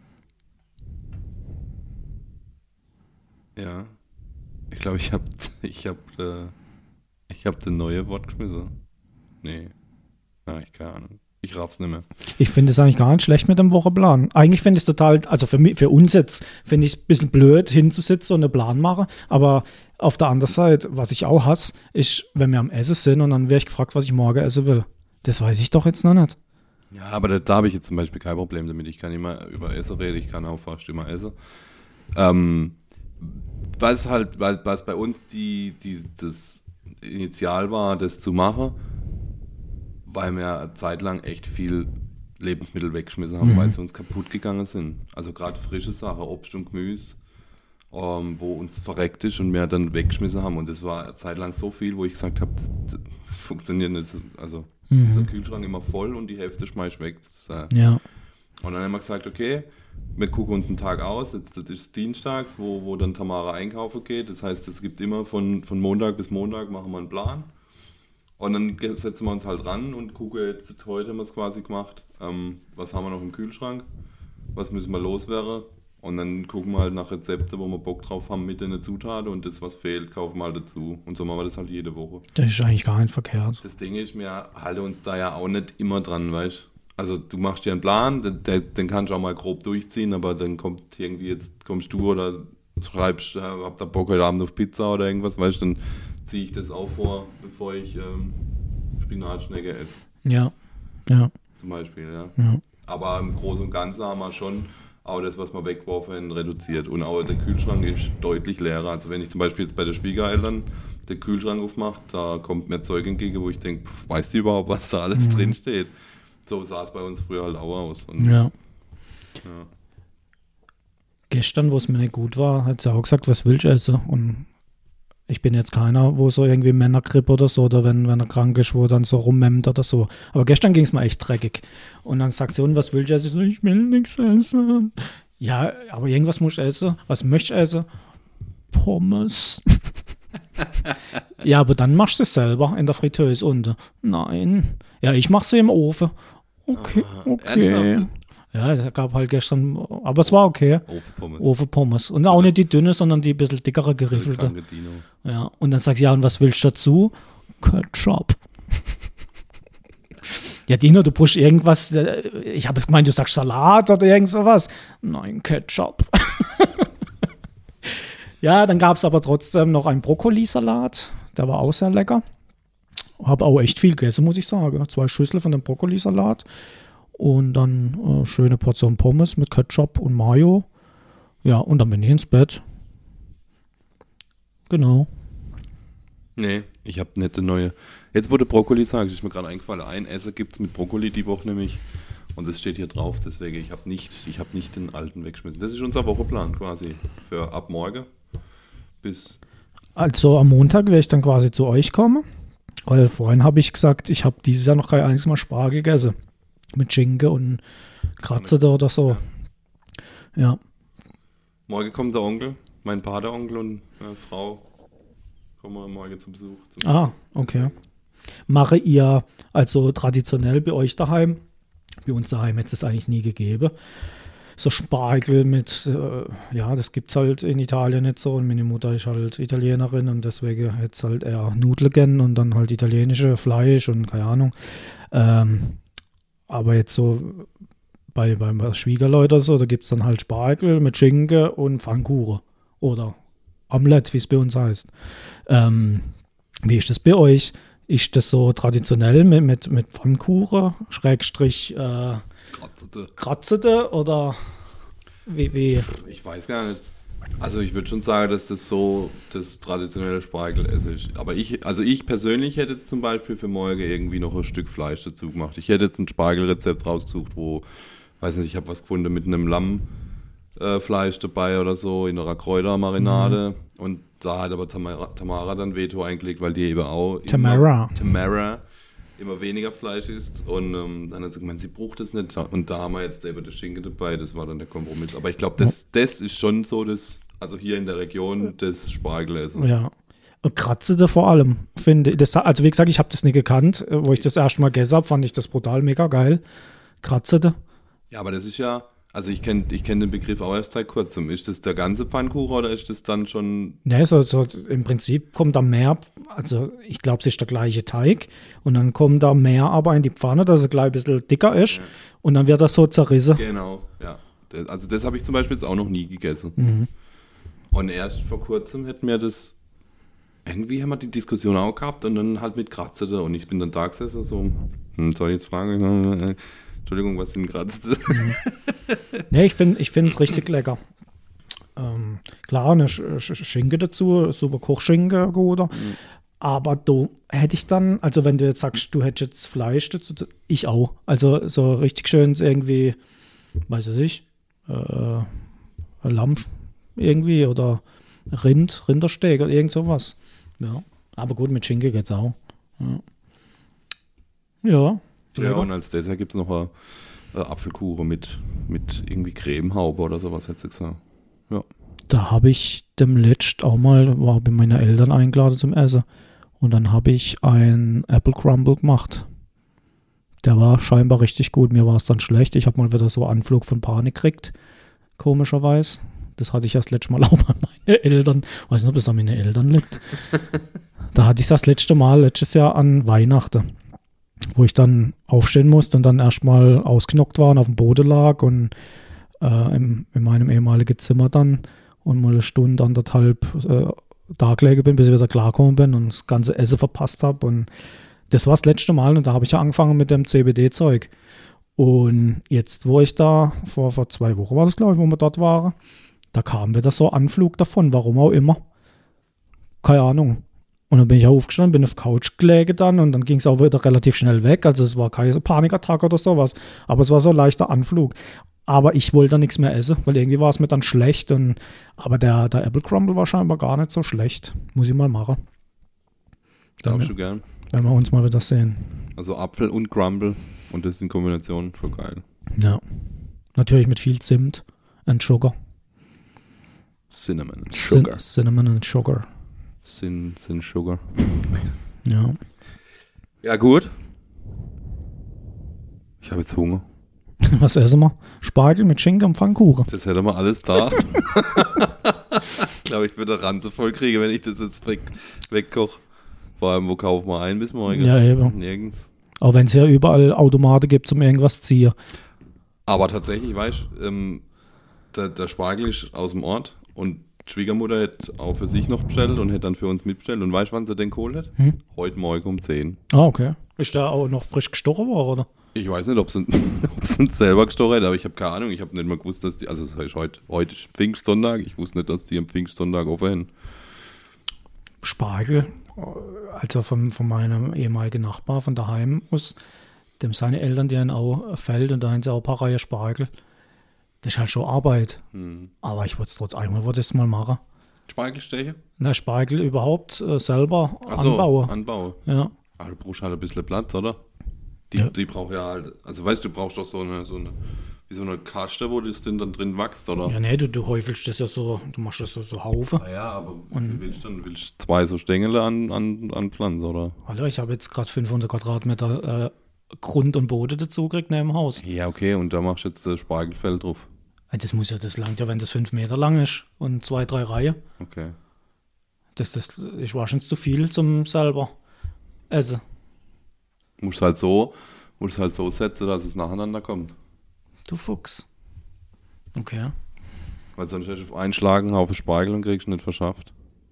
Ja. Ich glaube, ich habe ich hab, äh, ich hab den neuen Wort geschmissen. Nee. Ja, ich keine Ahnung. Ich raff's nicht mehr. Ich finde es eigentlich gar nicht schlecht mit dem Wochenplan. Eigentlich finde ich es total, also für mich, für uns jetzt, finde ich es ein bisschen blöd, hinzusitzen und einen Plan machen. Aber auf der anderen Seite, was ich auch hasse, ist, wenn wir am Essen sind und dann werde ich gefragt, was ich morgen essen will. Das weiß ich doch jetzt noch nicht. Ja, aber da, da habe ich jetzt zum Beispiel kein Problem damit. Ich kann immer über Essen reden, ich kann auch fast immer essen. Ähm, was halt, weil was bei uns die, die, das Initial war, das zu machen, weil wir eine Zeit lang echt viel Lebensmittel weggeschmissen haben, mhm. weil sie uns kaputt gegangen sind. Also gerade frische Sachen, Obst und Gemüse, ähm, wo uns verreckt ist und wir dann weggeschmissen haben. Und das war eine Zeit lang so viel, wo ich gesagt habe, das, das funktioniert nicht. Also mhm. ist der Kühlschrank immer voll und die Hälfte schmeiß ich weg. Das, äh, ja. Und dann haben wir gesagt, okay, wir gucken uns einen Tag aus. Jetzt das ist dienstags, wo, wo dann Tamara einkaufen geht. Das heißt, es gibt immer von, von Montag bis Montag machen wir einen Plan. Und dann setzen wir uns halt ran und gucken, jetzt heute haben wir es quasi gemacht, ähm, was haben wir noch im Kühlschrank, was müssen wir loswerden. Und dann gucken wir halt nach Rezepten, wo wir Bock drauf haben mit den Zutaten und das, was fehlt, kaufen wir halt dazu. Und so machen wir das halt jede Woche. Das ist eigentlich gar nicht verkehrt. Das Ding ist, wir halten uns da ja auch nicht immer dran, weißt du. Also du machst dir einen Plan, den, den kannst du auch mal grob durchziehen, aber dann kommt irgendwie, jetzt kommst du oder schreibst, äh, habt ihr Bock heute Abend auf Pizza oder irgendwas, weißt du, dann ziehe ich das auch vor, bevor ich ähm, Spinatschnecke esse. Ja, ja. Zum Beispiel, ja. ja. Aber im Großen und Ganzen haben wir schon auch das, was wir weggeworfen haben, reduziert. Und auch der Kühlschrank ist deutlich leerer. Also wenn ich zum Beispiel jetzt bei den Schwiegereltern den Kühlschrank aufmache, da kommt mir Zeug entgegen, wo ich denke, weißt du überhaupt, was da alles mhm. drin steht? So sah es bei uns früher halt auch aus. Und, ja. ja. Gestern, wo es mir nicht gut war, hat sie auch gesagt, was willst du essen? Und ich bin jetzt keiner, wo so irgendwie Männergrippe oder so, oder wenn, wenn er krank ist, wo dann so rummemmt oder so. Aber gestern ging es mir echt dreckig. Und dann sagt sie, und was willst du essen? Ich so, ich will nichts essen. Ja, aber irgendwas muss ich essen. Was möchte ich essen? Pommes. Ja, aber dann machst du es selber in der Fritteuse unten. Nein. Ja, ich mache sie im Ofen. Okay, okay. Ja, es gab halt gestern, aber es war okay. Ofenpommes. Ofenpommes. Und auch nicht die dünne, sondern die ein bisschen dickere, geriffelte. Ja, und dann sagst du, ja, und was willst du dazu? Ketchup. Ja, Dino, du brauchst irgendwas, ich habe es gemeint, du sagst Salat oder irgend sowas. Nein, Ketchup. Ja, dann gab es aber trotzdem noch einen Brokkolisalat, der war auch sehr lecker. Habe auch echt viel gegessen, muss ich sagen. Zwei Schüssel von dem Brokkolisalat. Und dann äh, schöne Portion Pommes mit Ketchup und Mayo. Ja, und dann bin ich ins Bett. Genau. Nee, ich habe nette neue. Jetzt wurde Brokkoli, sage ich, ist mir gerade eingefallen. Ein Essen gibt es mit Brokkoli die Woche nämlich. Und das steht hier drauf, deswegen, ich habe nicht, ich hab nicht den alten weggeschmissen. Das ist unser Wochenplan quasi. Für ab morgen bis. Also am Montag werde ich dann quasi zu euch kommen. Weil vorhin habe ich gesagt, ich habe dieses Jahr noch kein einziges Mal Spargel gegessen. Mit Schinken und Kratzete oder so. Ja. Morgen kommt der Onkel, mein Pateronkel und äh, Frau kommen morgen zum Besuch. Zum ah, okay. Mache ihr also traditionell bei euch daheim? Bei uns daheim hätte es eigentlich nie gegeben. So Spargel mit, äh, ja, das gibt es halt in Italien nicht so. Und meine Mutter ist halt Italienerin und deswegen hätte es halt eher Nudeln gern und dann halt italienische Fleisch und keine Ahnung. Ähm, aber jetzt so bei, bei, bei Schwiegerleuten oder so, da gibt es dann halt Spargel mit Schinken und Pfannkuchen. Oder Omelette, wie es bei uns heißt. Ähm, wie ist das bei euch? Ist das so traditionell mit, mit, mit Pfannkuchen, Schrägstrich äh, Kratzete. Kratzete oder wie, wie? Ich weiß gar nicht. Also ich würde schon sagen, dass das so das traditionelle Spargelessen ist. Aber ich, also ich persönlich hätte jetzt zum Beispiel für morgen irgendwie noch ein Stück Fleisch dazu gemacht. Ich hätte jetzt ein Spargelrezept rausgesucht, wo, weiß nicht, ich habe was gefunden mit einem Lammfleisch äh, dabei oder so, in einer Kräutermarinade. Mhm. Und da hat aber Tamara, Tamara dann Veto eingelegt, weil die eben auch Tamara. Immer, Tamara immer weniger Fleisch isst. Und ähm, dann hat sie gemeint, sie braucht das nicht. Und da haben wir jetzt eben das Schinken dabei, das war dann der Kompromiss. Aber ich glaube, das, das ist schon so das, also hier in der Region, das Spargelessen. Ja. Und Kratzete vor allem, finde ich. Das, also wie gesagt, ich habe das nicht gekannt. Wo ich das erste Mal gegessen habe, fand ich das brutal mega geil. Kratzete. Ja, aber das ist ja, also ich kenne ich kenn den Begriff auch erst seit kurzem. Ist das der ganze Pfannkuchen oder ist das dann schon... Ne, so, so im Prinzip kommt da mehr, also ich glaube, es ist der gleiche Teig und dann kommt da mehr aber in die Pfanne, dass es gleich ein bisschen dicker ist, ja. Und dann wird das so zerrissen. Genau, ja. Das, also das habe ich zum Beispiel jetzt auch noch nie gegessen. Mhm. Und erst vor kurzem hätten wir das, irgendwie haben wir die Diskussion auch gehabt und dann halt mit Kratzete und ich bin dann da gesessen so, hm, soll ich jetzt fragen, Entschuldigung, was sind Kratzete? Mhm. Ne, ich finde ich finde es richtig lecker. Ähm, klar, eine Sch Sch Schinke dazu, super Kochschinke, guter. Mhm. Aber da hätte ich dann, also wenn du jetzt sagst, du hättest jetzt Fleisch dazu, ich auch. Also so richtig schön irgendwie, weiß ich, äh, Lamm irgendwie oder Rind, Rindersteak oder irgend sowas. Ja, aber gut, mit Schinke geht's auch. Ja. Ja, ja und als Dessert gibt es noch eine, eine Apfelkuchen mit, mit irgendwie Cremehaube oder sowas, hättest du gesagt. Ja. Da habe ich dem letzt auch mal, war bei meinen Eltern eingeladen zum Essen. Und dann habe ich ein Apple Crumble gemacht. Der war scheinbar richtig gut. Mir war es dann schlecht. Ich habe mal wieder so einen Anflug von Panik gekriegt. Komischerweise. Das hatte ich erst letztes Mal auch bei meinen Eltern. Ich weiß nicht, ob das an meinen Eltern liegt. Da hatte ich das letzte Mal, letztes Jahr an Weihnachten, wo ich dann aufstehen musste und dann erstmal ausgenockt war und auf dem Boden lag und äh, in, in meinem ehemaligen Zimmer dann und mal eine Stunde, anderthalb äh, da gelegen bin, bis ich wieder klargekommen bin und das ganze Essen verpasst habe. Und das war das letzte Mal und da habe ich ja angefangen mit dem C B D-Zeug. Und jetzt, wo ich da, vor, vor zwei Wochen war das, glaube ich, wo wir dort waren, da kam wieder so Anflug davon, warum auch immer. Keine Ahnung. Und dann bin ich aufgestanden, bin auf der Couch gelegen dann und dann ging es auch wieder relativ schnell weg. Also es war keine Panikattacke oder sowas, aber es war so ein leichter Anflug. Aber ich wollte da nichts mehr essen, weil irgendwie war es mir dann schlecht. Und, aber der, der Apple Crumble war scheinbar gar nicht so schlecht. Muss ich mal machen. Darfst du gern. Wenn wir uns mal wieder sehen. Also Apfel und Crumble und das in Kombination voll geil. Ja. Natürlich mit viel Zimt und Sugar. Cinnamon and Sugar. Cin- Cinnamon and Sugar. Sin, Sin Sugar. Ja. Ja, gut. Ich habe jetzt Hunger. Was essen wir? Spargel mit Schinken und Pfannkuchen. Das hätte man alles da. Ich glaube, ich würde Ranze voll kriegen, wenn ich das jetzt weg, wegkoche. Vor allem, wo kaufen wir ein bis morgen? Ja, eben. Nirgends. Auch wenn es ja überall Automaten gibt, um irgendwas zu ziehen. Aber tatsächlich, weißt du, ähm, der, der Spargel ist aus dem Ort und die Schwiegermutter hätte auch für sich noch bestellt und hätte dann für uns mitbestellt. Und weißt du, wann sie den geholt hat? Hm? Heute Morgen um zehn. Ah, okay. Ist der auch noch frisch gestochen worden, oder? Ich weiß nicht, ob sie, ob sie uns selber gestochen hat, aber ich habe keine Ahnung. Ich habe nicht mal gewusst, dass die, also das heißt heute, heute ist Pfingstsonntag. Ich wusste nicht, dass die am Pfingstsonntag offen haben. Spargel, also von, von meinem ehemaligen Nachbar von daheim aus, dem seine Eltern, die haben auch ein Feld und da haben sie auch ein paar Reihen Spargel. Das ist halt schon Arbeit. Hm. Aber ich wollte es trotz einmal wollte ich es mal machen. Spargelsteche? Na, Spargel überhaupt äh, selber Ach so, anbauen. Anbau. Ja. Aber du brauchst halt ein bisschen Platz, oder? Die, Ja. die braucht ja halt, also weißt du, du brauchst doch so eine, so eine, wie so eine Kaste, wo das denn dann drin wächst, oder? Ja, nee, du, du häufelst das ja so, du machst das so, so Haufen. Ah ja, aber wie willst du dann? Willst du zwei so Stängel an, an, an Pflanzen, oder? Alter, ich habe jetzt gerade fünfhundert Quadratmeter äh, Grund und Boden dazu gekriegt neben dem Haus. Ja, okay, und da machst du jetzt das Spargelfeld drauf. Das muss ja, das langt ja, wenn das fünf Meter lang ist und zwei, drei Reihen. Okay. Das, das ist wahrscheinlich zu viel zum selber essen. Musst halt so, musst halt so setzen, dass es nacheinander kommt. Du Fuchs. Okay. Weil sonst hättest du auf einen Schlag einen Haufen Spargel und kriegst nicht verschafft.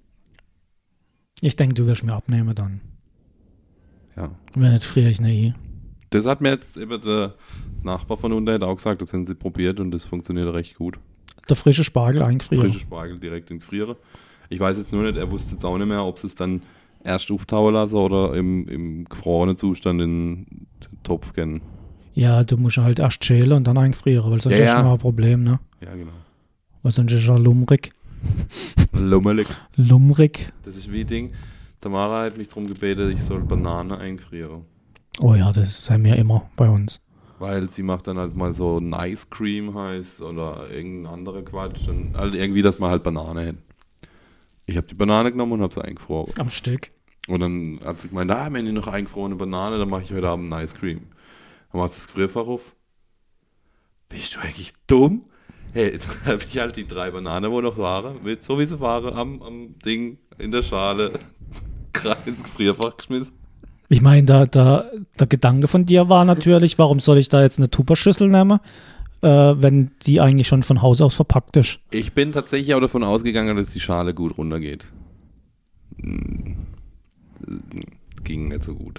Ich denke, du wirst mir abnehmen dann. Ja. Wenn nicht, friere ich nicht. Das hat mir jetzt eben der Nachbar von unten auch gesagt, das haben sie probiert und das funktioniert recht gut. Der frische Spargel eingefrieren. Frische Spargel direkt in Friere. Ich weiß jetzt nur nicht, er wusste jetzt auch nicht mehr, ob sie es dann erst auftauen lassen oder im, im gefrorenen Zustand in den Topf gehen. Ja, du musst halt erst schälen und dann eingefrieren, weil sonst Ja, ist ja. noch ein Problem, ne? Ja, genau. Weil sonst ist er lummrig. Lummelig. Lummrig. Das ist wie Ding. Tamara hat mich darum gebeten, ich soll Banane einfrieren. Oh ja, das ist ja mir immer bei uns. Weil sie macht dann halt mal so ein Ice Cream heißt oder irgendein anderer Quatsch. Und halt irgendwie, dass man halt Banane hätte. Ich habe die Banane genommen und habe sie eingefroren. Am Stück. Und dann hat sie gemeint, ah, wenn ich noch eingefrorene Banane, dann mache ich heute Abend ein Ice Cream. Dann macht das Gefrierfach auf. Bist du eigentlich dumm? Hey, jetzt habe ich halt die drei Bananen, wo noch waren, mit, so wie sie waren, am, am Ding, in der Schale, gerade ins Gefrierfach geschmissen. Ich meine, da, da, der Gedanke von dir war natürlich, warum soll ich da jetzt eine Tupperschüssel nehmen, äh, wenn die eigentlich schon von Haus aus verpackt ist? Ich bin tatsächlich auch davon ausgegangen, dass die Schale gut runtergeht. Hm. Ging nicht so gut.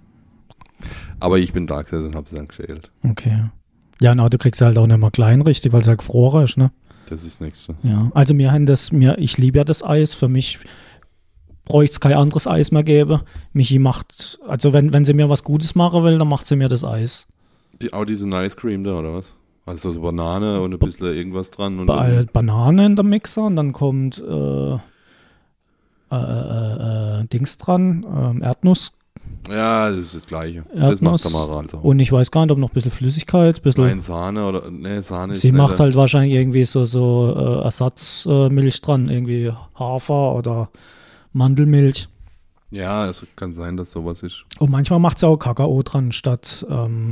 Aber ich bin da gesessen und habe es dann geschält. Okay. Ja, na, du kriegst halt auch nicht mehr klein richtig, weil es halt gefroren ist, ne? Das ist das Nächste. Ja, also mir haben das, mir, ich liebe ja das Eis. Für mich bräuchte es kein anderes Eis mehr geben. Michi macht, also wenn, wenn sie mir was Gutes machen will, dann macht sie mir das Eis. Die, auch diese Ice Cream da, oder was? Also so Banane und ein bisschen irgendwas dran. Und Ba dann, Banane in der Mixer und dann kommt äh, äh, äh, äh, Dings dran, äh, Erdnuss. ja, das ist das Gleiche. Erdnuss. Das macht Tamara also. Und ich weiß gar nicht, ob noch ein bisschen Flüssigkeit, ein bisschen. Nein, Sahne oder, ne, Sahne ist Sie macht nicht, halt wahrscheinlich irgendwie so, so äh, Ersatzmilch äh, dran, irgendwie Hafer oder Mandelmilch. ja, es kann sein, dass sowas ist. Und manchmal macht sie auch Kakao dran statt ähm,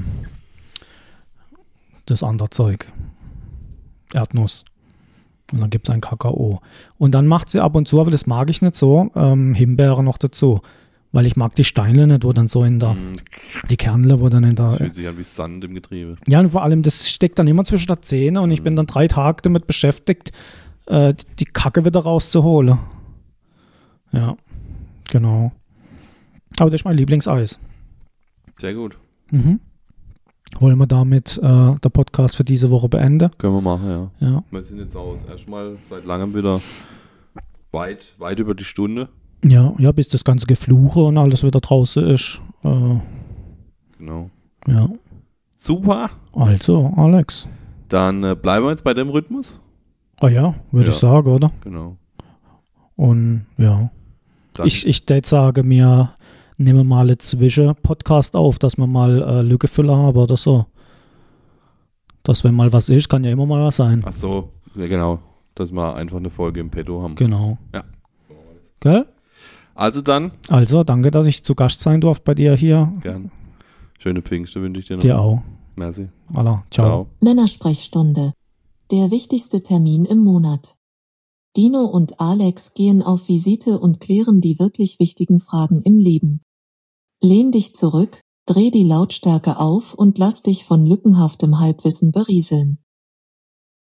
das andere Zeug. Erdnuss. Und dann gibt es ein Kakao. Und dann macht sie ab und zu, aber das mag ich nicht so, ähm, Himbeere noch dazu. Weil ich mag die Steine nicht, wo dann so in der, Mm, die Kernle, wo dann in Das der. fühlt sich an wie Sand im Getriebe. Ja, und vor allem, das steckt dann immer zwischen der Zähne und ich bin dann drei Tage damit beschäftigt, äh, die Kacke wieder rauszuholen. Ja, genau. Aber das ist mein Lieblingseis. Sehr gut. Mhm. Wollen wir damit äh, der Podcast für diese Woche beenden? Können wir machen, ja. Ja. Wir sind jetzt auch erstmal seit langem wieder weit, weit über die Stunde. Ja, ja, bis das ganze Gefluche und alles wieder draußen ist. Äh, Genau. ja. Super. Also, Alex. Dann äh, bleiben wir jetzt bei dem Rhythmus. Ah ja, würde Ja. ich sagen, oder? Genau. Und ja. Dann, Ich, ich würde sagen, wir nehmen mal einen Zwischen-Podcast auf, dass wir mal äh, Lückenfüller haben oder so. Dass wenn mal was ist, kann ja immer mal was sein. ach so, ja genau. Dass wir einfach eine Folge im Petto haben. Genau. Ja. Gell? Also dann, Also, danke, dass ich zu Gast sein durfte bei dir hier. gern. Schöne Pfingste wünsche ich dir noch. Dir auch. Merci. Allah, ciao. Ciao. Männersprechstunde. Der wichtigste Termin im Monat. Dino und Alex gehen auf Visite und klären die wirklich wichtigen Fragen im Leben. Lehn dich zurück, dreh die Lautstärke auf und lass dich von lückenhaftem Halbwissen berieseln.